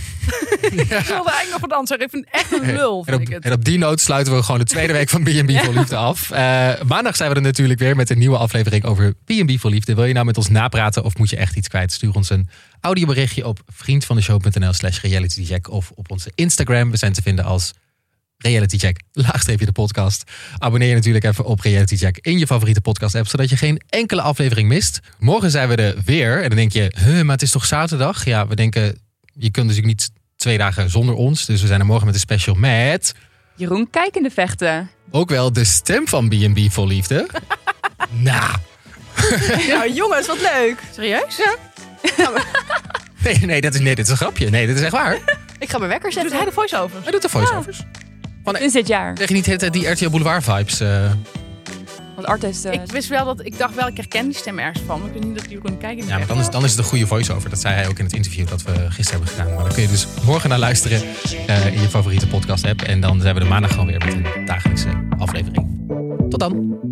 Ik wilde eigenlijk nog wat anders zeggen. Ik vind het echt een lul. En Vind op, ik het. en op die noot sluiten we gewoon de tweede week van B en B voor Liefde af. Uh, maandag zijn we er natuurlijk weer met een nieuwe aflevering over B en B voor Liefde. Wil je nou met ons napraten of moet je echt iets kwijt? Stuur ons een audioberichtje op vriendvandeshow.nl slash realitycheck of op onze Instagram. We zijn te vinden als realitycheck, laagstreepje de podcast. Abonneer je natuurlijk even op Reality Check in je favoriete podcast app, zodat je geen enkele aflevering mist. Morgen zijn we er weer. En dan denk je, huh, maar het is toch zaterdag? Ja, we denken, je kunt dus niet twee dagen zonder ons. Dus we zijn er morgen met een special met... Jeroen Kijkende Vechten. ook wel de stem van B en B voor Liefde. Nou, Nou jongens, wat leuk. Serieus? Ja. nee, nee, dat is, nee, dit is een grapje. Nee, dit is echt waar. Ik ga mijn wekker Doet zetten. hij de voice-overs? Hij doet de voice-overs. Van, Sinds dit jaar. krijg je niet de hele tijd die R T L Boulevard vibes? Uh, Want Art heeft... eh, Ik wist wel dat ik dacht wel, ik herken die stem ergens van. Maar ik wist niet dat jullie kon kijken. ja, maar dan is, dan is het een goede voice-over. Dat zei hij ook in het interview dat we gisteren hebben gedaan. Maar dan kun je dus morgen naar luisteren uh, in je favoriete podcast app. En dan zijn we de maandag gewoon weer met een dagelijkse aflevering. Tot dan.